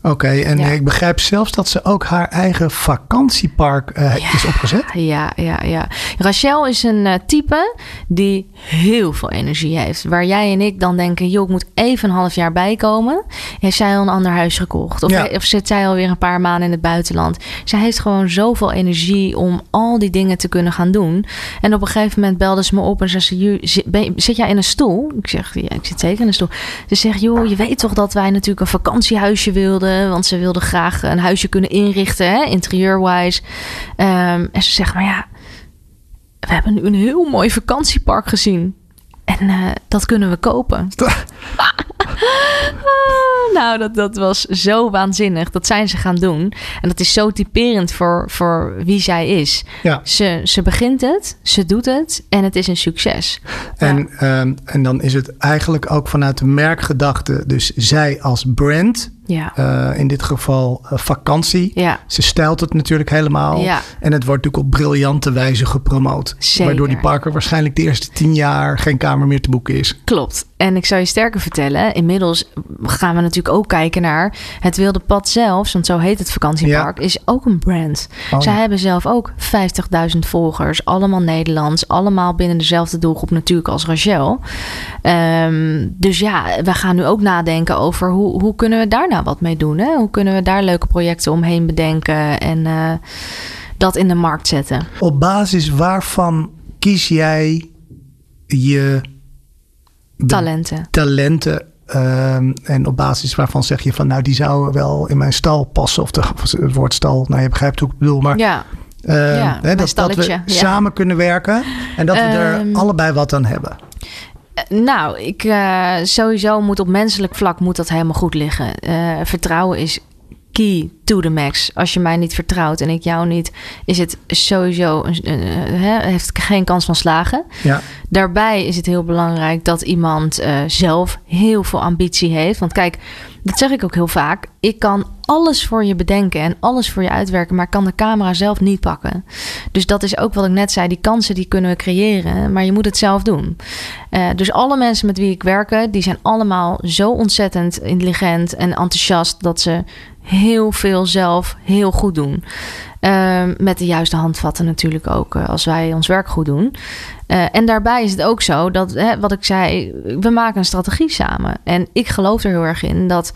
Oké, okay, en ja. ik begrijp zelfs dat ze ook haar eigen vakantiepark uh, ja, is opgezet. Ja, ja, ja. Rachel is een uh, type die heel veel energie heeft. Waar jij en ik dan denken, joh, ik moet even een half jaar bijkomen. Heeft zij al een ander huis gekocht? Of, ja. of zit zij alweer een paar maanden in het buitenland? Zij heeft gewoon zoveel energie om al die dingen te kunnen gaan doen. En op een gegeven moment belde ze me op en zei ze, zit jij in een stoel? Ik zeg, ja, ik zit zeker in een stoel. Ze zegt, joh, je weet toch dat wij natuurlijk een vakantiehuisje wilden, want ze wilde graag een huisje kunnen inrichten, hè, interieurwise. Um, en ze zegt, maar ja, we hebben nu een heel mooi vakantiepark gezien. En uh, dat kunnen we kopen. Nou, dat, dat was zo waanzinnig. Dat zijn ze gaan doen. En dat is zo typerend voor, voor wie zij is. Ja. Ze, ze begint het, ze doet het en het is een succes. En, ja. um, en dan is het eigenlijk ook vanuit de merkgedachte. Dus zij als brand. Ja. Uh, in dit geval uh, vakantie. Ja. Ze stijlt het natuurlijk helemaal. Ja. En het wordt natuurlijk op briljante wijze gepromoot. Zeker. Waardoor die parker waarschijnlijk de eerste tien jaar geen kamer meer te boeken is. Klopt. En ik zou je sterker vertellen. Inmiddels gaan we natuurlijk ook kijken naar het Wilde Pad zelfs. Want zo heet het vakantiepark. Ja. Is ook een brand. Oh, Zij ja. hebben zelf ook vijftigduizend volgers. Allemaal Nederlands. Allemaal binnen dezelfde doelgroep natuurlijk als Rachel. Um, dus ja, we gaan nu ook nadenken over hoe, hoe kunnen we daar nou wat mee doen. Hè? Hoe kunnen we daar leuke projecten omheen bedenken. En uh, dat in de markt zetten. Op basis waarvan kies jij je talenten. talenten um, en op basis waarvan zeg je van nou die zouden wel in mijn stal passen of, de, of het woord stal, nou je begrijpt hoe ik bedoel, maar ja. Uh, ja, hè, dat, dat we ja. samen kunnen werken en dat we er um, allebei wat aan hebben. Nou, ik uh, sowieso moet op menselijk vlak moet dat helemaal goed liggen. Uh, vertrouwen is key to the max. Als je mij niet vertrouwt en ik jou niet, is het sowieso uh, uh, heeft geen kans van slagen. Ja. Daarbij is het heel belangrijk dat iemand uh, zelf heel veel ambitie heeft. Want kijk, dat zeg ik ook heel vaak. Ik kan alles voor je bedenken en alles voor je uitwerken, maar ik kan de camera zelf niet pakken. Dus dat is ook wat ik net zei. Die kansen die kunnen we creëren, maar je moet het zelf doen. Uh, dus alle mensen met wie ik werk, die zijn allemaal zo ontzettend intelligent en enthousiast dat ze heel veel zelf heel goed doen. Uh, met de juiste handvatten natuurlijk ook, uh, als wij ons werk goed doen. Uh, en daarbij is het ook zo dat, hè, wat ik zei, we maken een strategie samen. En ik geloof er heel erg in dat,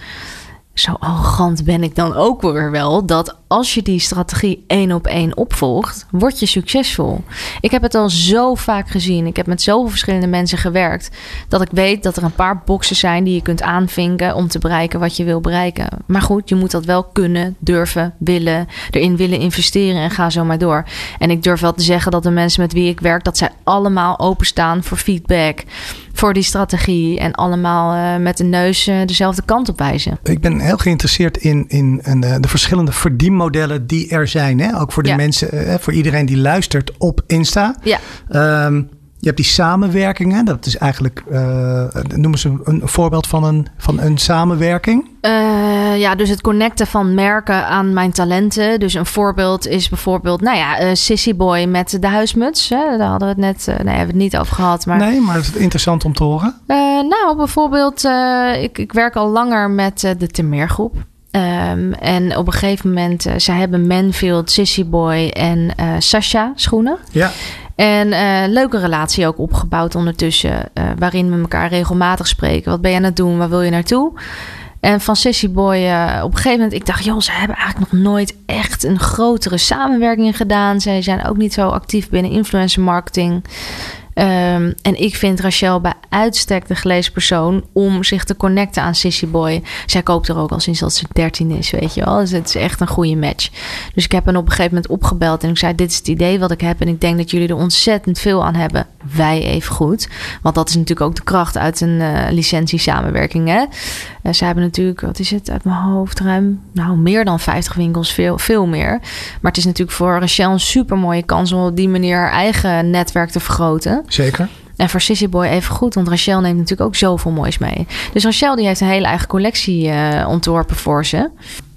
zo arrogant ben ik dan ook weer wel, dat als je die strategie één op één opvolgt, word je succesvol. Ik heb het al zo vaak gezien. Ik heb met zoveel verschillende mensen gewerkt, dat ik weet dat er een paar boxen zijn die je kunt aanvinken om te bereiken wat je wil bereiken. Maar goed, je moet dat wel kunnen, durven, willen, erin willen investeren en ga zo maar door. En ik durf wel te zeggen dat de mensen met wie ik werk, dat zij allemaal openstaan voor feedback, voor die strategie en allemaal uh, met de neus uh, dezelfde kant op wijzen. Ik ben heel geïnteresseerd in, in, in uh, de verschillende verdienmodellen die er zijn. Hè? Ook voor de ja. mensen, uh, voor iedereen die luistert op Insta. Ja. Um, je hebt die samenwerkingen. Dat is eigenlijk, uh, noem eens een, een voorbeeld van een, van een samenwerking. Uh, ja, dus het connecten van merken aan mijn talenten. Dus een voorbeeld is bijvoorbeeld, nou ja, uh, Sissy Boy met de huismuts. Hè? Daar hadden we het net, uh, nee, hebben we het niet over gehad. Maar, nee, maar het is interessant om te horen. Uh, nou, bijvoorbeeld, uh, ik, ik werk al langer met uh, de Temeer-groep. Um, en op een gegeven moment, uh, zij hebben Manfield, Sissy Boy en uh, Sasha schoenen. Ja. En uh, leuke relatie ook opgebouwd ondertussen, uh, waarin we elkaar regelmatig spreken. Wat ben je aan het doen? Waar wil je naartoe? En van Sissy Boy, uh, op een gegeven moment, ik dacht, joh, ze hebben eigenlijk nog nooit echt een grotere samenwerking gedaan. Zij zijn ook niet zo actief binnen influencer marketing. Um, en ik vind Rachel bij uitstek de gelezen persoon om zich te connecten aan Sissy Boy. Zij koopt er ook al sinds dat ze dertien is, weet je wel. Dus het is echt een goede match. Dus ik heb hen op een gegeven moment opgebeld en ik zei, dit is het idee wat ik heb en ik denk dat jullie er ontzettend veel aan hebben. Wij even goed. Want dat is natuurlijk ook de kracht uit een uh, licentie-samenwerking, hè. Uh, ze hebben natuurlijk, wat is het, uit mijn hoofd ruim, nou, meer dan vijftig winkels, veel, veel meer. Maar het is natuurlijk voor Rachel een super mooie kans om op die manier haar eigen netwerk te vergroten. Zeker. En voor Sissy Boy even goed, want Rachel neemt natuurlijk ook zoveel moois mee. Dus Rachel die heeft een hele eigen collectie uh, ontworpen voor ze.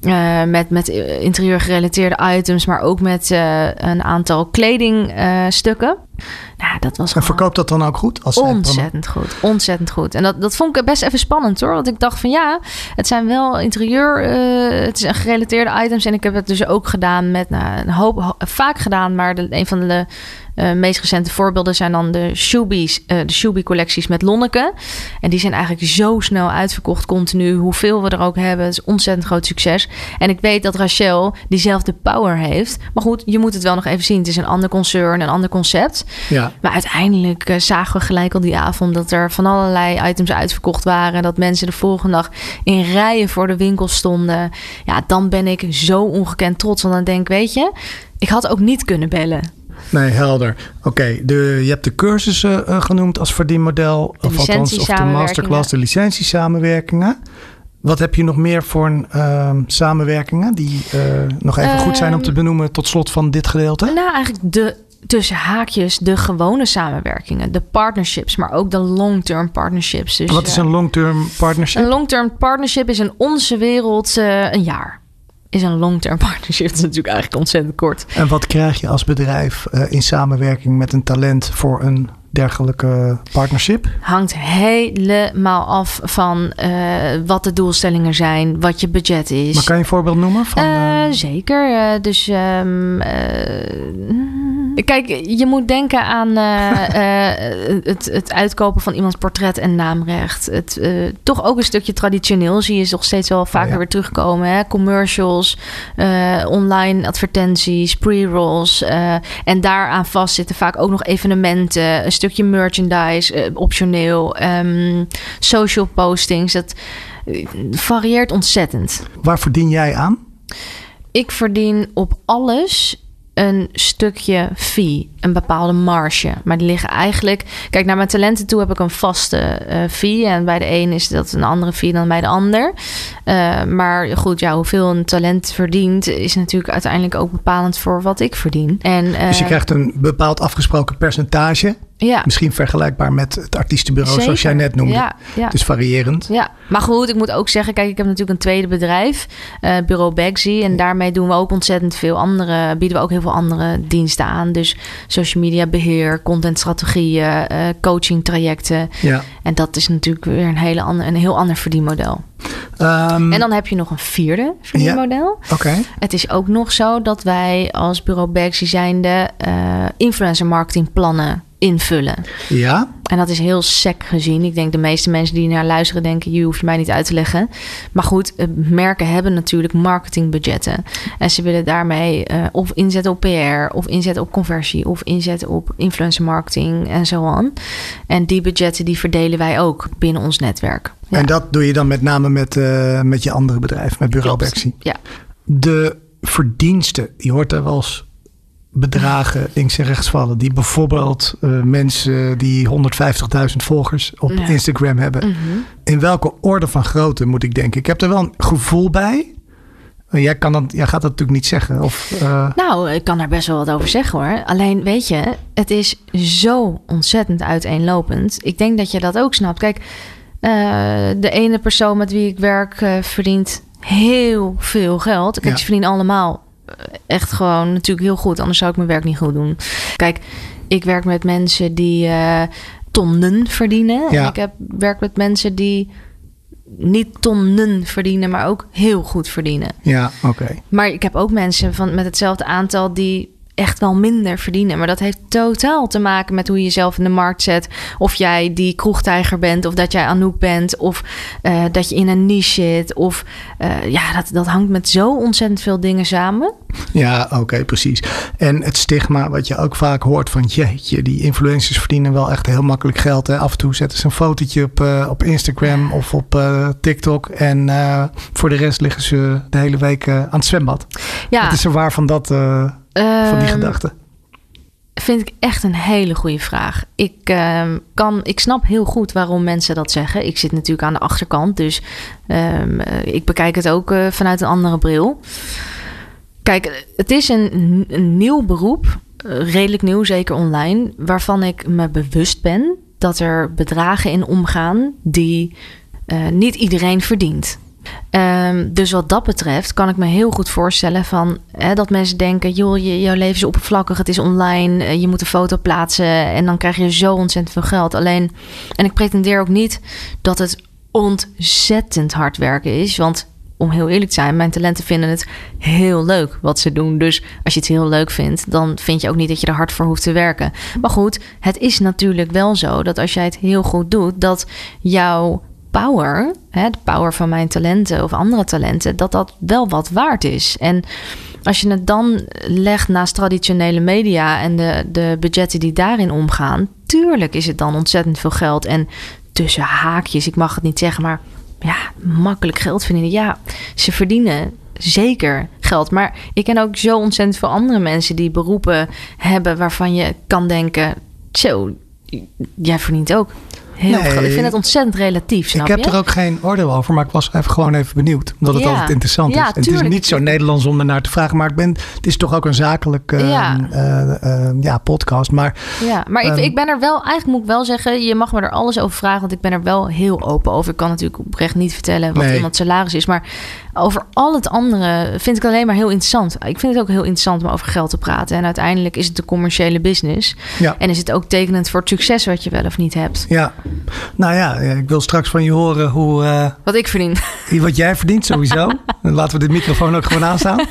Uh, met, met interieur gerelateerde items, maar ook met uh, een aantal kledingstukken. Uh, nou, dat was en verkoopt dat dan ook goed? Als ontzettend goed, ontzettend goed. En dat, dat vond ik best even spannend hoor. Want ik dacht van ja, het zijn wel interieur, uh, het zijn gerelateerde items. En ik heb het dus ook gedaan met, nou, een hoop, vaak gedaan, maar de, een van de Uh, meest recente voorbeelden zijn dan de Shubi's, uh, de Shubi collecties met Lonneke. En die zijn eigenlijk zo snel uitverkocht continu. Hoeveel we er ook hebben, het is ontzettend groot succes. En ik weet dat Rachel diezelfde power heeft. Maar goed, je moet het wel nog even zien. Het is een ander concern, een ander concept. Ja. Maar uiteindelijk uh, zagen we gelijk al die avond dat er van allerlei items uitverkocht waren. Dat mensen de volgende dag in rijen voor de winkel stonden. Ja, dan ben ik zo ongekend trots. Want dan denk ik, weet je, ik had ook niet kunnen bellen. Nee, helder. Oké, okay, je hebt de cursussen uh, genoemd als verdienmodel. De of althans, of de masterclass, de licentiesamenwerkingen. Wat heb je nog meer voor een, uh, samenwerkingen die uh, nog even uh, goed zijn om te benoemen tot slot van dit gedeelte? Nou, eigenlijk de tussen haakjes de gewone samenwerkingen, de partnerships, maar ook de long-term partnerships. Dus, wat is een long-term partnership? Een long-term partnership is in onze wereld uh, een jaar. Is een long-term partnership. Dat is natuurlijk eigenlijk ontzettend kort. En wat krijg je als bedrijf uh, in samenwerking met een talent voor een dergelijke partnership? Hangt helemaal af van uh, wat de doelstellingen zijn, wat je budget is. Maar kan je een voorbeeld noemen? Van, uh, uh... Zeker. Uh, dus um, uh, kijk, je moet denken aan uh, uh, het, het uitkopen van iemands portret en naamrecht. Het, uh, toch ook een stukje traditioneel. Zie je nog steeds wel vaker oh ja. weer terugkomen. Hè? Commercials, uh, online advertenties, pre-rolls. Uh, en daaraan vast zitten vaak ook nog evenementen, een stukje merchandise, uh, optioneel, um, social postings. Dat uh, varieert ontzettend. Waar verdien jij aan? Ik verdien op alles een stukje fee, een bepaalde marge. Maar die liggen eigenlijk... Kijk, naar mijn talenten toe heb ik een vaste uh, fee. En bij de een is dat een andere fee dan bij de ander. Uh, maar goed, ja, hoeveel een talent verdient is natuurlijk uiteindelijk ook bepalend voor wat ik verdien. En, uh, dus je krijgt een bepaald afgesproken percentage. Ja. Misschien vergelijkbaar met het artiestenbureau Zeker. Zoals jij net noemde. Ja, ja. Het is variërend. Ja, maar goed, ik moet ook zeggen, kijk, ik heb natuurlijk een tweede bedrijf, uh, Bureau Bagsy. En daarmee doen we ook ontzettend veel andere, bieden we ook heel veel andere diensten aan. Dus social media beheer, contentstrategieën, uh, coaching trajecten. Ja. En dat is natuurlijk weer een, hele ander, een heel ander verdienmodel. Um, en dan heb je nog een vierde verdienmodel. Ja, okay. Het is ook nog zo dat wij als Bureau Bagsy zijnde uh, influencer marketing plannen invullen. Ja. En dat is heel sec gezien. Ik denk de meeste mensen die naar luisteren denken, je hoeft je mij niet uit te leggen. Maar goed, merken hebben natuurlijk marketingbudgetten. En ze willen daarmee uh, of inzetten op P R, of inzetten op conversie, of inzetten op influencer marketing en zo aan. En die budgetten die verdelen wij ook binnen ons netwerk. Ja. En dat doe je dan met name met, uh, met je andere bedrijf, met Bureau Bagsy. Ja. De verdiensten, je hoort daar wel eens bedragen links en rechts vallen. Die bijvoorbeeld uh, mensen die honderdvijftigduizend volgers op ja. Instagram hebben. Mm-hmm. In welke orde van grootte moet ik denken? Ik heb er wel een gevoel bij. Jij, kan dat, jij gaat dat natuurlijk niet zeggen. Of, uh... Nou, ik kan daar best wel wat over zeggen hoor. Alleen weet je, het is zo ontzettend uiteenlopend. Ik denk dat je dat ook snapt. Kijk, uh, de ene persoon met wie ik werk uh, verdient heel veel geld. Kijk, ja. Ze verdienen allemaal echt gewoon natuurlijk heel goed. Anders zou ik mijn werk niet goed doen. Kijk, ik werk met mensen die uh, tonnen verdienen. Ja. En ik heb werk met mensen die niet tonnen verdienen, maar ook heel goed verdienen. Ja, oké. Okay. Maar ik heb ook mensen van met hetzelfde aantal die echt wel minder verdienen. Maar dat heeft totaal te maken met hoe je jezelf in de markt zet. Of jij die kroegtijger bent, of dat jij Anouk bent, of uh, dat je in een niche zit. Of uh, ja, dat, dat hangt met zo ontzettend veel dingen samen. Ja, oké, okay, precies. En het stigma wat je ook vaak hoort van jeetje, die influencers verdienen wel echt heel makkelijk geld. Hè? Af en toe zetten ze een fotootje op, uh, op Instagram of op uh, TikTok. En uh, voor de rest liggen ze de hele week uh, aan het zwembad. Ja. Wat is er waar van dat... Uh, Van die gedachte? Vind ik echt een hele goede vraag. Ik, uh, kan, ik snap heel goed waarom mensen dat zeggen. Ik zit natuurlijk aan de achterkant, dus uh, ik bekijk het ook uh, vanuit een andere bril. Kijk, het is een, een nieuw beroep, uh, redelijk nieuw, zeker online, waarvan ik me bewust ben dat er bedragen in omgaan die uh, niet iedereen verdient. Um, dus wat dat betreft kan ik me heel goed voorstellen van hè, dat mensen denken, joh, je, jouw leven is oppervlakkig, het is online, uh, je moet een foto plaatsen en dan krijg je zo ontzettend veel geld. Alleen, en ik pretendeer ook niet dat het ontzettend hard werken is, want om heel eerlijk te zijn, mijn talenten vinden het heel leuk wat ze doen. Dus als je het heel leuk vindt, dan vind je ook niet dat je er hard voor hoeft te werken. Maar goed, het is natuurlijk wel zo dat als jij het heel goed doet, dat jouw power, hè, de power van mijn talenten of andere talenten, dat dat wel wat waard is. En als je het dan legt naast traditionele media en de, de budgetten die daarin omgaan, tuurlijk is het dan ontzettend veel geld. En tussen haakjes, ik mag het niet zeggen, maar ja, makkelijk geld verdienen. Ja, ze verdienen zeker geld. Maar ik ken ook zo ontzettend veel andere mensen die beroepen hebben waarvan je kan denken, zo, jij verdient ook heel nee, veel geld. Ik vind het ontzettend relatief, snap je? Ik heb je? er ook geen oordeel over, maar ik was even gewoon even benieuwd. Omdat het Ja. altijd interessant Ja, is. En het is niet zo Nederlands om ernaar te vragen, maar ik ben, het is toch ook een zakelijke Ja. uh, uh, ja, podcast. Maar, Ja, maar um, ik, ik ben er wel, eigenlijk moet ik wel zeggen, je mag me er alles over vragen, want ik ben er wel heel open over. Ik kan natuurlijk oprecht niet vertellen wat Nee. iemand salaris is, maar over al het andere vind ik het alleen maar heel interessant. Ik vind het ook heel interessant om over geld te praten. En uiteindelijk is het de commerciële business. Ja. En is het ook tekenend voor het succes wat je wel of niet hebt. Ja, nou ja, ik wil straks van je horen hoe, uh, Wat ik verdien. wat jij verdient sowieso. Dan laten we de microfoon ook gewoon aanstaan.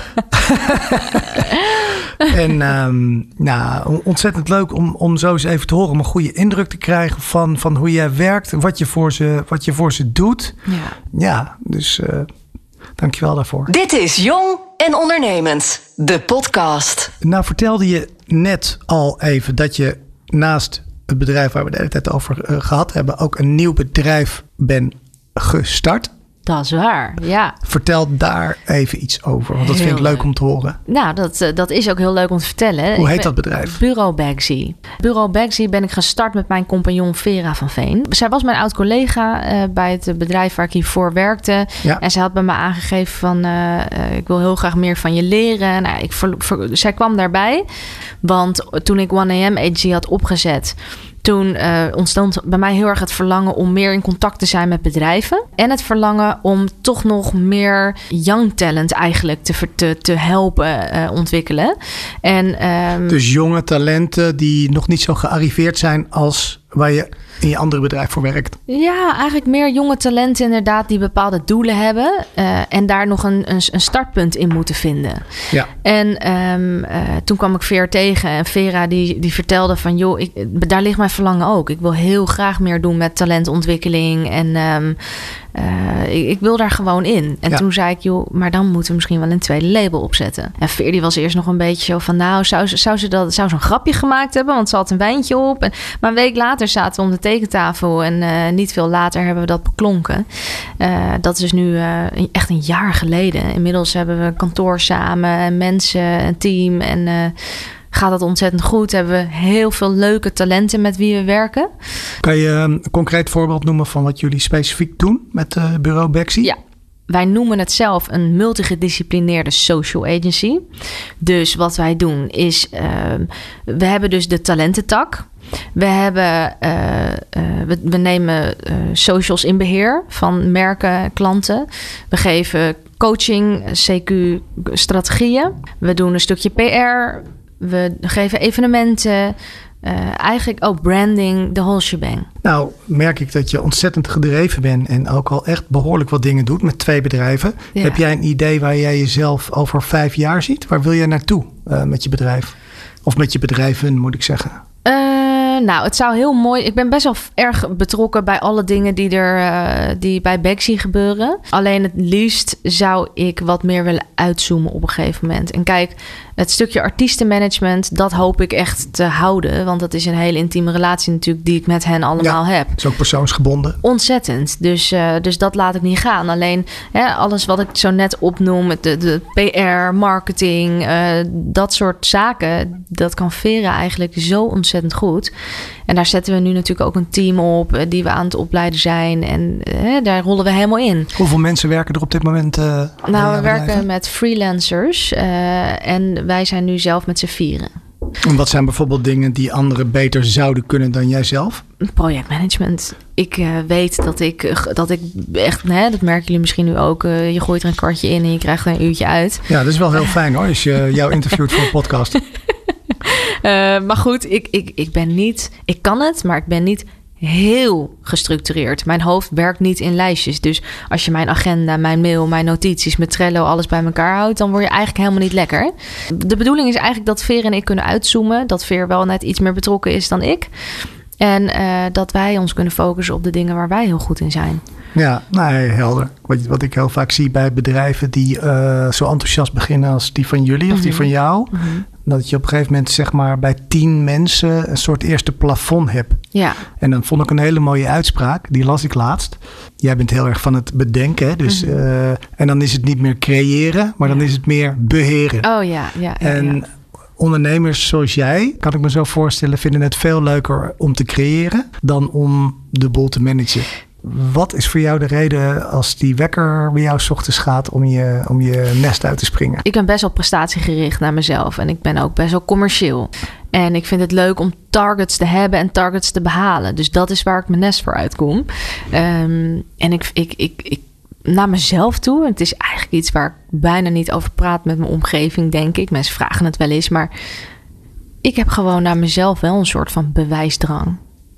En um, nou, ontzettend leuk om, om zo eens even te horen. Om een goede indruk te krijgen van, van hoe jij werkt. Wat je voor ze, wat je voor ze doet. Ja, ja dus uh, dankjewel daarvoor. Dit is Jong en Ondernemend, de podcast. Nou vertelde je net al even dat je naast het bedrijf waar we de hele tijd over uh, gehad hebben, ook een nieuw bedrijf ben gestart. dat is waar, ja. Vertel daar even iets over, want dat Heel vind ik leuk leuk. om te horen. Nou, dat, uh, dat is ook heel leuk om te vertellen. Hoe Ik heet ben- dat bedrijf? Bureau Bagsy. Bureau Bagsy ben ik gestart met mijn compagnon Vera van Veen. Zij was mijn oud-collega uh, bij het bedrijf waar ik hiervoor werkte. Ja. En zij had bij me aangegeven van, uh, uh, ik wil heel graag meer van je leren. Nou, ik ver, ver, zij kwam daarbij, want toen ik one A M Agency had opgezet, toen uh, ontstond bij mij heel erg het verlangen om meer in contact te zijn met bedrijven. En het verlangen om toch nog meer young talent eigenlijk te, te, te helpen uh, ontwikkelen. En, um, Dus jonge talenten die nog niet zo gearriveerd zijn als waar je in je andere bedrijf voor werkt. ja, eigenlijk meer jonge talenten inderdaad die bepaalde doelen hebben. Uh, en daar nog een, een, een startpunt in moeten vinden. Ja. En um, uh, toen kwam ik Veer tegen. En Vera die, die vertelde van, joh, ik, daar ligt mijn verlangen ook. Ik wil heel graag meer doen met talentontwikkeling. En um, uh, ik, ik wil daar gewoon in. En Ja. toen zei ik, joh, maar dan moeten we misschien wel een tweede label opzetten. En Veer die was eerst nog een beetje zo van, nou, zou, ze- zou ze dat, zou ze een grapje gemaakt hebben? Want ze had een wijntje op. En, maar een week later zaten we om de tekentafel. En uh, niet veel later hebben we dat beklonken. Uh, dat is dus nu uh, echt een jaar geleden. Inmiddels hebben we een kantoor samen, en mensen, een team. En uh, gaat dat ontzettend goed. Hebben we heel veel leuke talenten met wie we werken. Kan je een concreet voorbeeld noemen van wat jullie specifiek doen met uh, Bureau Bagsy? Ja. Wij noemen het zelf een multigedisciplineerde social agency. Dus wat wij doen is, uh, we hebben dus de talententak. We hebben, uh, uh, we, we nemen uh, socials in beheer van merken, klanten. We geven coaching, C Q, strategieën. We doen een stukje P R. We geven evenementen. Uh, eigenlijk ook branding, de whole shebang. Nou, merk ik dat je ontzettend gedreven bent en ook al echt behoorlijk wat dingen doet met twee bedrijven. Ja. Heb jij een idee waar jij jezelf over vijf jaar ziet? Waar wil jij naartoe uh, met je bedrijf? Of met je bedrijven, moet ik zeggen. Uh, nou, het zou heel mooi. Ik ben best wel erg betrokken bij alle dingen die er uh, die bij Bagsy gebeuren. Alleen het liefst zou ik wat meer willen uitzoomen op een gegeven moment. En kijk, het stukje artiestenmanagement, dat hoop ik echt te houden. Want dat is een hele intieme relatie natuurlijk die ik met hen allemaal ja, heb. Het is ook persoonsgebonden. Ontzettend. Dus, uh, dus dat laat ik niet gaan. Alleen hè, alles wat ik zo net opnoem, de, de P R, marketing, uh, dat soort zaken, dat kan Vera eigenlijk zo ontzettend goed. En daar zetten we nu natuurlijk ook een team op uh, die we aan het opleiden zijn. En uh, daar rollen we helemaal in. Hoeveel mensen werken er op dit moment? Uh, nou, we werken met freelancers uh, en wij zijn nu zelf met z'n vieren. En wat zijn bijvoorbeeld dingen die anderen beter zouden kunnen dan jijzelf? Projectmanagement. Ik uh, weet dat ik, uh, dat ik echt, hè, dat merken jullie misschien nu ook, uh, je gooit er een kwartje in en je krijgt er een uurtje uit. Ja, dat is wel heel fijn hoor, als je jou interviewt voor een podcast. Uh, maar goed, ik, ik, ik ben niet, ik kan het, maar ik ben niet heel gestructureerd. Mijn hoofd werkt niet in lijstjes. Dus als je mijn agenda, mijn mail, mijn notities, mijn Trello, alles bij elkaar houdt, dan word je eigenlijk helemaal niet lekker. De bedoeling is eigenlijk dat Veer en ik kunnen uitzoomen. Dat Veer wel net iets meer betrokken is dan ik. En uh, dat wij ons kunnen focussen op de dingen waar wij heel goed in zijn. Ja, nee, helder. Wat, wat ik heel vaak zie bij bedrijven die uh, zo enthousiast beginnen als die van jullie of mm-hmm. die van jou. Mm-hmm. Dat je op een gegeven moment zeg maar bij tien mensen een soort eerste plafond hebt. Ja. En dan vond ik een hele mooie uitspraak. Die las ik laatst. Jij bent heel erg van het bedenken. Dus, mm-hmm. uh, en dan is het niet meer creëren, maar dan is het meer beheren. Oh ja, ja. ja en ja. ondernemers zoals jij, kan ik me zo voorstellen, vinden het veel leuker om te creëren dan om de boel te managen. Wat is voor jou de reden als die wekker bij jou 's ochtends gaat om je, om je nest uit te springen? Ik ben best wel prestatiegericht naar mezelf. En ik ben ook best wel commercieel. En ik vind het leuk om targets te hebben en targets te behalen. Dus dat is waar ik mijn nest voor uitkom. Um, en ik, ik, ik, ik naar mezelf toe. Het is eigenlijk iets waar ik bijna niet over praat met mijn omgeving, denk ik. Mensen vragen het wel eens. Maar ik heb gewoon naar mezelf wel een soort van bewijsdrang.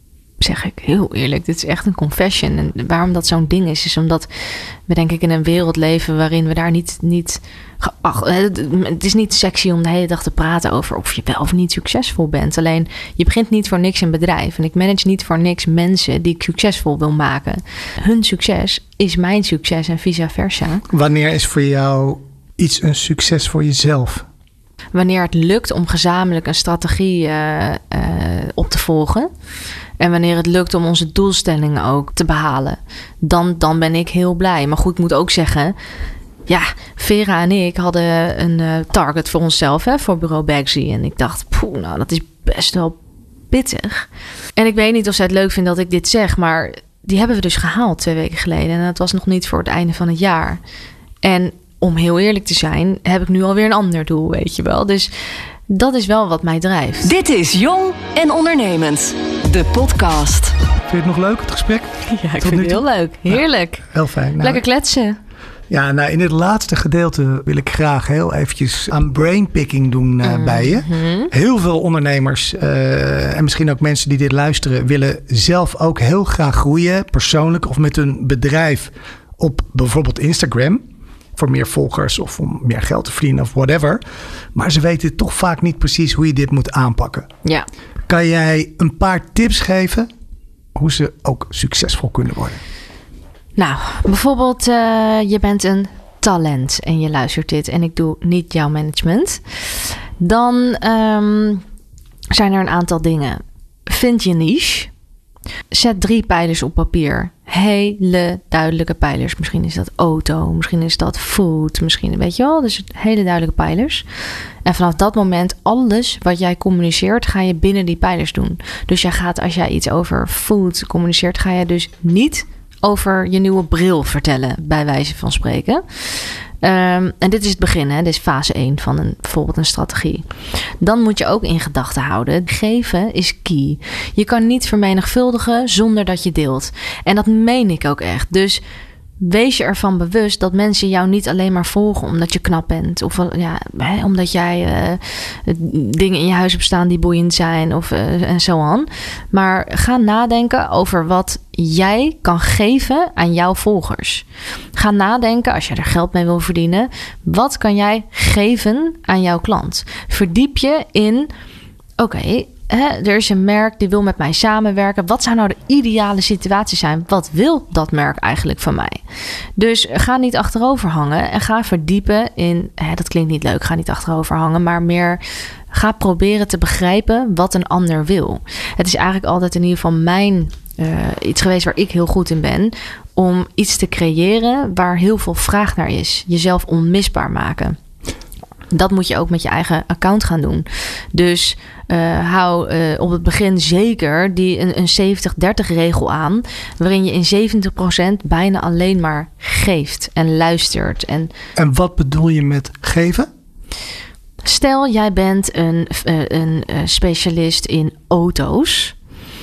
Zeg ik heel eerlijk, dit is echt een confession. En waarom dat zo'n ding is, is omdat we denk ik in een wereld leven waarin we daar niet... niet ach, het is niet sexy om de hele dag te praten over of je wel of niet succesvol bent. Alleen, je begint niet voor niks een bedrijf. En ik manage niet voor niks mensen die ik succesvol wil maken. Hun succes is mijn succes en vice versa. Wanneer is voor jou iets een succes voor jezelf? Wanneer het lukt om gezamenlijk een strategie uh, uh, op te volgen. En wanneer het lukt om onze doelstellingen ook te behalen. Dan, dan ben ik heel blij. Maar goed, ik moet ook zeggen... Ja, Vera en ik hadden een uh, target voor onszelf. Hè, voor bureau Bagsy. En ik dacht, poeh, nou, dat is best wel pittig. En ik weet niet of zij het leuk vindt dat ik dit zeg. Maar die hebben we dus gehaald twee weken geleden. En dat was nog niet voor het einde van het jaar. En om heel eerlijk te zijn, heb ik nu alweer een ander doel, weet je wel. Dus dat is wel wat mij drijft. Dit is Jong en Ondernemend, de podcast. Vind je het nog leuk, het gesprek? Ja, ik Tot vind het heel leuk. Heerlijk. Ja, heel fijn. Nou, lekker kletsen. Ja, nou in het laatste gedeelte wil ik graag heel eventjes aan brainpicking doen uh, mm-hmm. bij je. Heel veel ondernemers uh, en misschien ook mensen die dit luisteren willen zelf ook heel graag groeien, persoonlijk of met hun bedrijf op bijvoorbeeld Instagram. Voor meer volgers of om meer geld te verdienen of whatever. Maar ze weten toch vaak niet precies hoe je dit moet aanpakken. Ja. Kan jij een paar tips geven hoe ze ook succesvol kunnen worden? Nou, bijvoorbeeld uh, je bent een talent en je luistert dit en ik doe niet jouw management. Dan um, zijn er een aantal dingen. Vind je niche. Zet drie pijlers op papier. Hele duidelijke pijlers. Misschien is dat auto, misschien is dat food, misschien weet je wel. Dus hele duidelijke pijlers. En vanaf dat moment, alles wat jij communiceert, ga je binnen die pijlers doen. Dus jij gaat, als jij iets over food communiceert, ga je dus niet over je nieuwe bril vertellen, bij wijze van spreken. Um, en dit is het begin, hè? Dit is fase één van een, bijvoorbeeld een strategie. Dan moet je ook in gedachten houden, geven is key. Je kan niet vermenigvuldigen zonder dat je deelt. En dat meen ik ook echt. Dus wees je ervan bewust dat mensen jou niet alleen maar volgen omdat je knap bent. Of ja, hè, omdat jij uh, dingen in je huis hebt staan die boeiend zijn of uh, en zo aan. Maar ga nadenken over wat jij kan geven aan jouw volgers. Ga nadenken, als je er geld mee wil verdienen, wat kan jij geven aan jouw klant? Verdiep je in, oké, okay, Hè, er is een merk die wil met mij samenwerken. Wat zou nou de ideale situatie zijn? Wat wil dat merk eigenlijk van mij? Dus ga niet achterover hangen en ga verdiepen in... Hè, dat klinkt niet leuk, ga niet achterover hangen, maar meer... Ga proberen te begrijpen wat een ander wil. Het is eigenlijk altijd in ieder geval mijn uh, iets geweest waar ik heel goed in ben. Om iets te creëren waar heel veel vraag naar is. Jezelf onmisbaar maken. Dat moet je ook met je eigen account gaan doen. Dus uh, hou uh, op het begin zeker die een, een zeventig dertig regel aan. Waarin je in zeventig procent bijna alleen maar geeft en luistert. En, en wat bedoel je met geven? Stel, jij bent een, uh, een uh, specialist in auto's.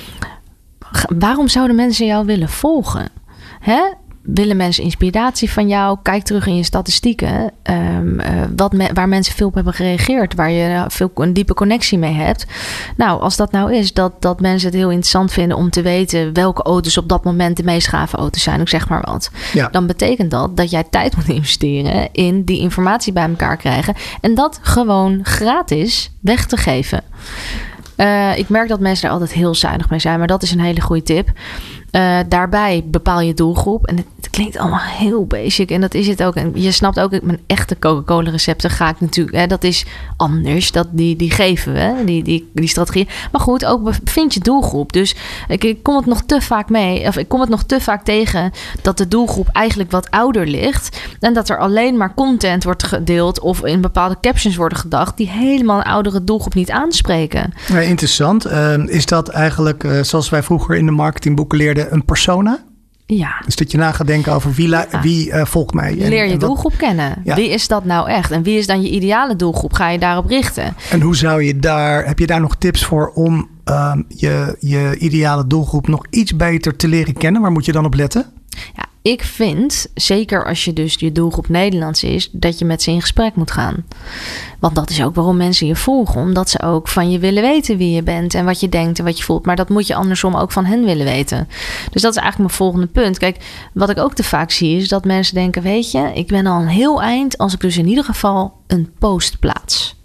Waarom zouden mensen jou willen volgen? Hè? Willen mensen inspiratie van jou? Kijk terug in je statistieken. Um, uh, wat me, waar mensen veel op hebben gereageerd. Waar je veel, een diepe connectie mee hebt. Nou, als dat nou is dat, dat mensen het heel interessant vinden om te weten welke auto's op dat moment de meest gave auto's zijn. Ik zeg maar wat. Ja. Dan betekent dat dat jij tijd moet investeren in die informatie bij elkaar krijgen. En dat gewoon gratis weg te geven. Uh, ik merk dat mensen daar altijd heel zuinig mee zijn. Maar dat is een hele goede tip. Uh, daarbij bepaal je doelgroep. En het, het klinkt allemaal heel basic. En dat is het ook. En je snapt ook, mijn echte Coca-Cola recepten ga ik natuurlijk... Hè, dat is anders. Dat, die, die geven we, die, die, die strategie. Maar goed, ook vind je doelgroep. Dus ik, ik kom het nog te vaak mee. Of ik kom het nog te vaak tegen dat de doelgroep eigenlijk wat ouder ligt. En dat er alleen maar content wordt gedeeld of in bepaalde captions worden gedacht die helemaal een oudere doelgroep niet aanspreken. Ja, interessant. Uh, is dat eigenlijk, uh, zoals wij vroeger in de marketingboeken leerden, een persona? Ja. Dus dat je na gaat denken over wie, la- ja. wie uh, volgt mij. En, Leer je en wat... doelgroep kennen. Ja. Wie is dat nou echt? En wie is dan je ideale doelgroep? Ga je daarop richten? En hoe zou je daar, heb je daar nog tips voor om uh, je, je ideale doelgroep nog iets beter te leren kennen? Waar moet je dan op letten? Ja, ik vind, zeker als je dus je doelgroep Nederlands is, dat je met ze in gesprek moet gaan. Want dat is ook waarom mensen je volgen. Omdat ze ook van je willen weten wie je bent en wat je denkt en wat je voelt. Maar dat moet je andersom ook van hen willen weten. Dus dat is eigenlijk mijn volgende punt. Kijk, wat ik ook te vaak zie is dat mensen denken, weet je, ik ben al een heel eind als ik dus in ieder geval een post plaats.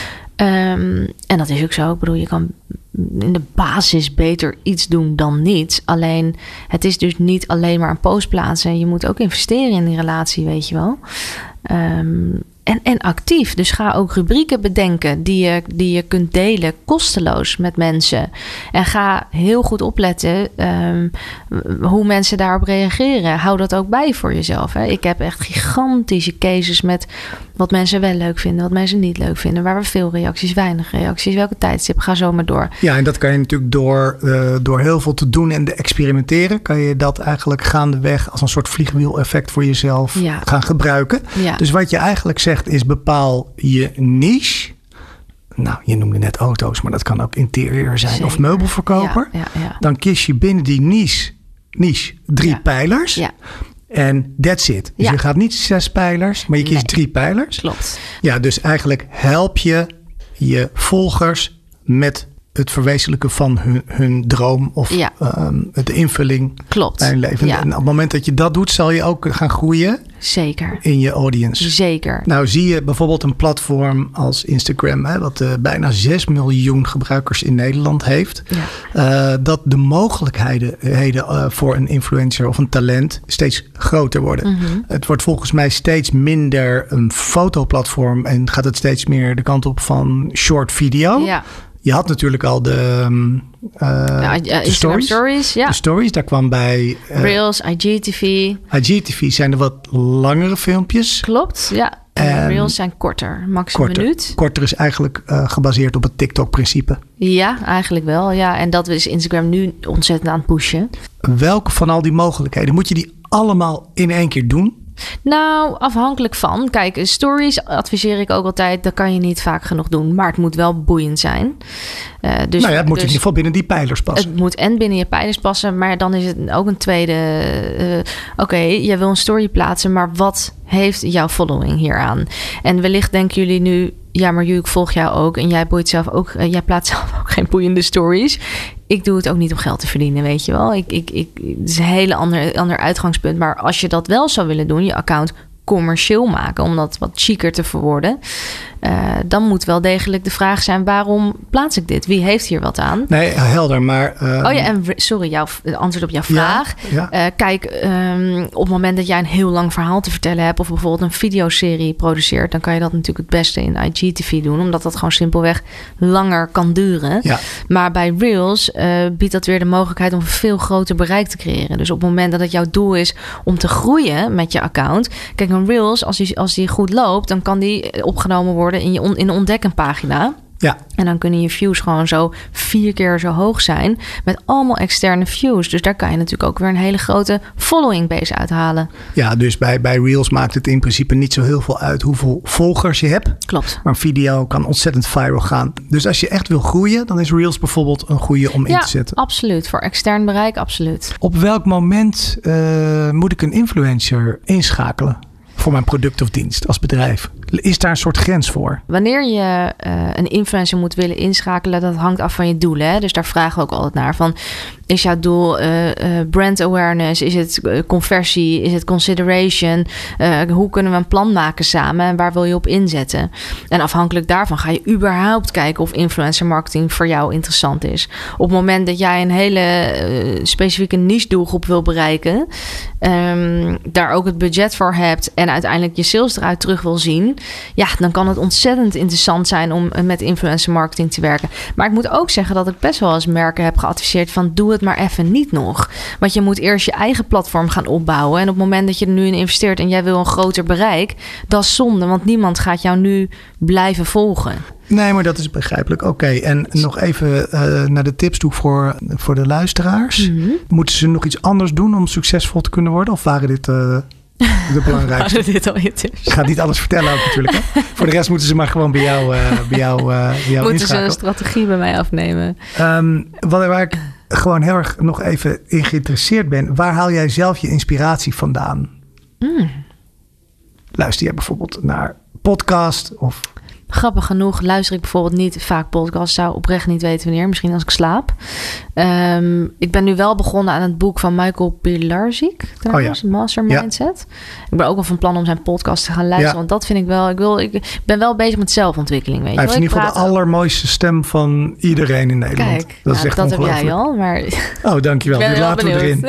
Um, en dat is ook zo. Ik bedoel, je kan in de basis beter iets doen dan niets. Alleen, het is dus niet alleen maar een post plaatsen. Je moet ook investeren in die relatie, weet je wel. Um, en, en actief. Dus ga ook rubrieken bedenken die je, die je kunt delen kosteloos met mensen. En ga heel goed opletten um, hoe mensen daarop reageren. Hou dat ook bij voor jezelf. Hè. Ik heb echt gigantische cases met wat mensen wel leuk vinden, wat mensen niet leuk vinden. Waar we veel reacties, weinig reacties, welke tijdstip. Ga zo maar door. Ja, en dat kan je natuurlijk door, uh, door heel veel te doen en te experimenteren, kan je dat eigenlijk gaandeweg als een soort vliegwiel-effect voor jezelf ja. gaan gebruiken. Ja. Dus wat je eigenlijk zegt is, bepaal je niche. Nou, je noemde net auto's, maar dat kan ook interieur zijn. Zeker. Of meubelverkoper. Ja, ja, ja. Dan kies je binnen die niche, niche drie ja. pijlers. Ja. En that's it. Dus ja. je gaat niet zes pijlers, maar je kiest nee. drie pijlers. Klopt. Ja, dus eigenlijk help je je volgers met het verwezenlijken van hun, hun droom of ja. um, de invulling Klopt. bij hun leven. Ja. En op het moment dat je dat doet, zal je ook gaan groeien. Zeker. In je audience. Zeker. Nou zie je bijvoorbeeld een platform als Instagram, hè, wat uh, bijna zes miljoen gebruikers in Nederland heeft. Ja. Uh, dat de mogelijkheden uh, voor een influencer of een talent steeds groter worden. Mm-hmm. Het wordt volgens mij steeds minder een fotoplatform en gaat het steeds meer de kant op van short video. Ja. Je had natuurlijk al de, um, uh, ja, de stories. stories ja. De stories, daar kwam bij... Uh, Reels, I G T V. I G T V zijn er wat langere filmpjes. Klopt, ja. En, en Reels zijn korter, max een minuut. Korter is eigenlijk uh, gebaseerd op het TikTok-principe. Ja, eigenlijk wel. Ja. En dat is Instagram nu ontzettend aan het pushen. Welke van al die mogelijkheden? Moet je die allemaal in één keer doen? Nou, afhankelijk van. Kijk, stories adviseer ik ook altijd. Dat kan je niet vaak genoeg doen. Maar het moet wel boeiend zijn. Uh, dus, nou ja, het moet dus, in ieder geval binnen die pijlers passen. Het moet en binnen je pijlers passen. Maar dan is het ook een tweede... Uh, Oké, okay, jij wil een story plaatsen. Maar wat heeft jouw following hieraan? En wellicht denken jullie nu... Ja, maar Ju, ik volg jou ook. En jij boeit zelf ook... Uh, jij plaatst zelf ook geen boeiende stories. Ik doe het ook niet om geld te verdienen, weet je wel. Ik, ik, ik, het is een hele ander, ander uitgangspunt. Maar als je dat wel zou willen doen, je account commercieel maken, om dat wat chiquer te verwoorden, uh, dan moet wel degelijk de vraag zijn: waarom plaats ik dit? Wie heeft hier wat aan? Nee, helder, maar... Uh... Oh ja, en sorry, jouw antwoord op jouw vraag. Ja, ja. Uh, kijk, um, op het moment dat jij een heel lang verhaal te vertellen hebt, of bijvoorbeeld een videoserie produceert, dan kan je dat natuurlijk het beste in I G T V doen, omdat dat gewoon simpelweg langer kan duren. Ja. Maar bij Reels uh, biedt dat weer de mogelijkheid om veel groter bereik te creëren. Dus op het moment dat het jouw doel is om te groeien met je account, kijk, een Reels, als die, als die goed loopt, dan kan die opgenomen worden in je on, in de ontdekkenpagina. Ja. En dan kunnen je views gewoon zo vier keer zo hoog zijn met allemaal externe views. Dus daar kan je natuurlijk ook weer een hele grote following base uithalen. Ja, dus bij, bij Reels maakt het in principe niet zo heel veel uit hoeveel volgers je hebt. Klopt. Maar een video kan ontzettend viral gaan. Dus als je echt wil groeien, dan is Reels bijvoorbeeld een goede om in ja, te zetten. Absoluut. Voor extern bereik, absoluut. Op welk moment uh, moet ik een influencer inschakelen voor mijn product of dienst als bedrijf? Is daar een soort grens voor? Wanneer je uh, een influencer moet willen inschakelen, dat hangt af van je doelen. Hè? Dus daar vragen we ook altijd naar. Van, is jouw doel uh, uh, brand awareness? Is het uh, conversie? Is het consideration? Uh, hoe kunnen we een plan maken samen? En waar wil je op inzetten? En afhankelijk daarvan ga je überhaupt kijken of influencer marketing voor jou interessant is. Op het moment dat jij een hele uh, specifieke niche doelgroep wil bereiken, um, daar ook het budget voor hebt en uiteindelijk je sales eruit terug wil zien, ja, dan kan het ontzettend interessant zijn om met influencer marketing te werken. Maar ik moet ook zeggen dat ik best wel eens merken heb geadviseerd van doe het maar even niet nog. Want je moet eerst je eigen platform gaan opbouwen. En op het moment dat je er nu in investeert en jij wil een groter bereik, dat is zonde, want niemand gaat jou nu blijven volgen. Nee, maar dat is begrijpelijk. Oké, okay. En nog even uh, naar de tips toe voor, voor de luisteraars. Mm-hmm. Moeten ze nog iets anders doen om succesvol te kunnen worden? Of waren dit Uh... de belangrijkste. dit al ik ga niet alles vertellen ook natuurlijk. Hè? Voor de rest moeten ze maar gewoon bij jou, uh, bij jou, uh, bij jou moeten inschakelen. Ze een strategie bij mij afnemen. Um, wat, waar ik gewoon heel erg nog even in geïnteresseerd ben. Waar haal jij zelf je inspiratie vandaan? Mm. Luister jij bijvoorbeeld naar podcast of... Grappig genoeg luister ik bijvoorbeeld niet vaak podcasts. Zou oprecht niet weten wanneer. Misschien als ik slaap. Um, ik ben nu wel begonnen aan het boek van Michael Pilarczyk. Oh ja. Master Mindset. Ja. Ik ben ook wel van plan om zijn podcast te gaan luisteren. Ja. Want dat vind ik wel... Ik, wil, ik ben wel bezig met zelfontwikkeling. Weet je Hij heeft wel. in ieder geval de allermooiste stem van iedereen in Nederland. Kijk, dat nou, is echt dat heb jij al. Maar... Oh, dankjewel. Die laten we erin.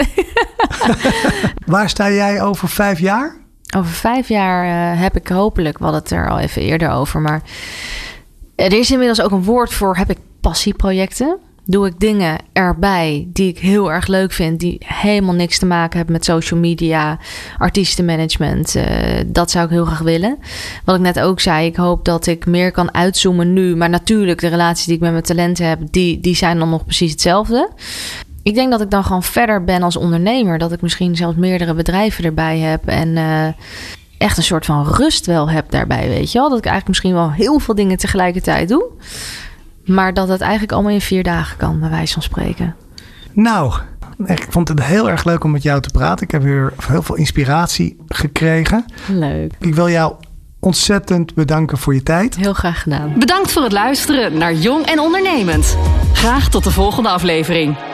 Waar sta jij over vijf jaar? Over vijf jaar uh, heb ik hopelijk, we hadden het er al even eerder over, maar er is inmiddels ook een woord voor, heb ik passieprojecten. Doe ik dingen erbij die ik heel erg leuk vind, die helemaal niks te maken hebben met social media, artiestenmanagement. Uh, dat zou ik heel graag willen. Wat ik net ook zei, ik hoop dat ik meer kan uitzoomen nu. Maar natuurlijk, de relaties die ik met mijn talenten heb, die, die zijn dan nog precies hetzelfde. Ik denk dat ik dan gewoon verder ben als ondernemer. Dat ik misschien zelfs meerdere bedrijven erbij heb. En uh, echt een soort van rust wel heb daarbij, weet je wel. Dat ik eigenlijk misschien wel heel veel dingen tegelijkertijd doe. Maar dat het eigenlijk allemaal in vier dagen kan, bij wijze van spreken. Nou, ik vond het heel erg leuk om met jou te praten. Ik heb weer heel veel inspiratie gekregen. Leuk. Ik wil jou ontzettend bedanken voor je tijd. Heel graag gedaan. Bedankt voor het luisteren naar Jong en Ondernemend. Graag tot de volgende aflevering.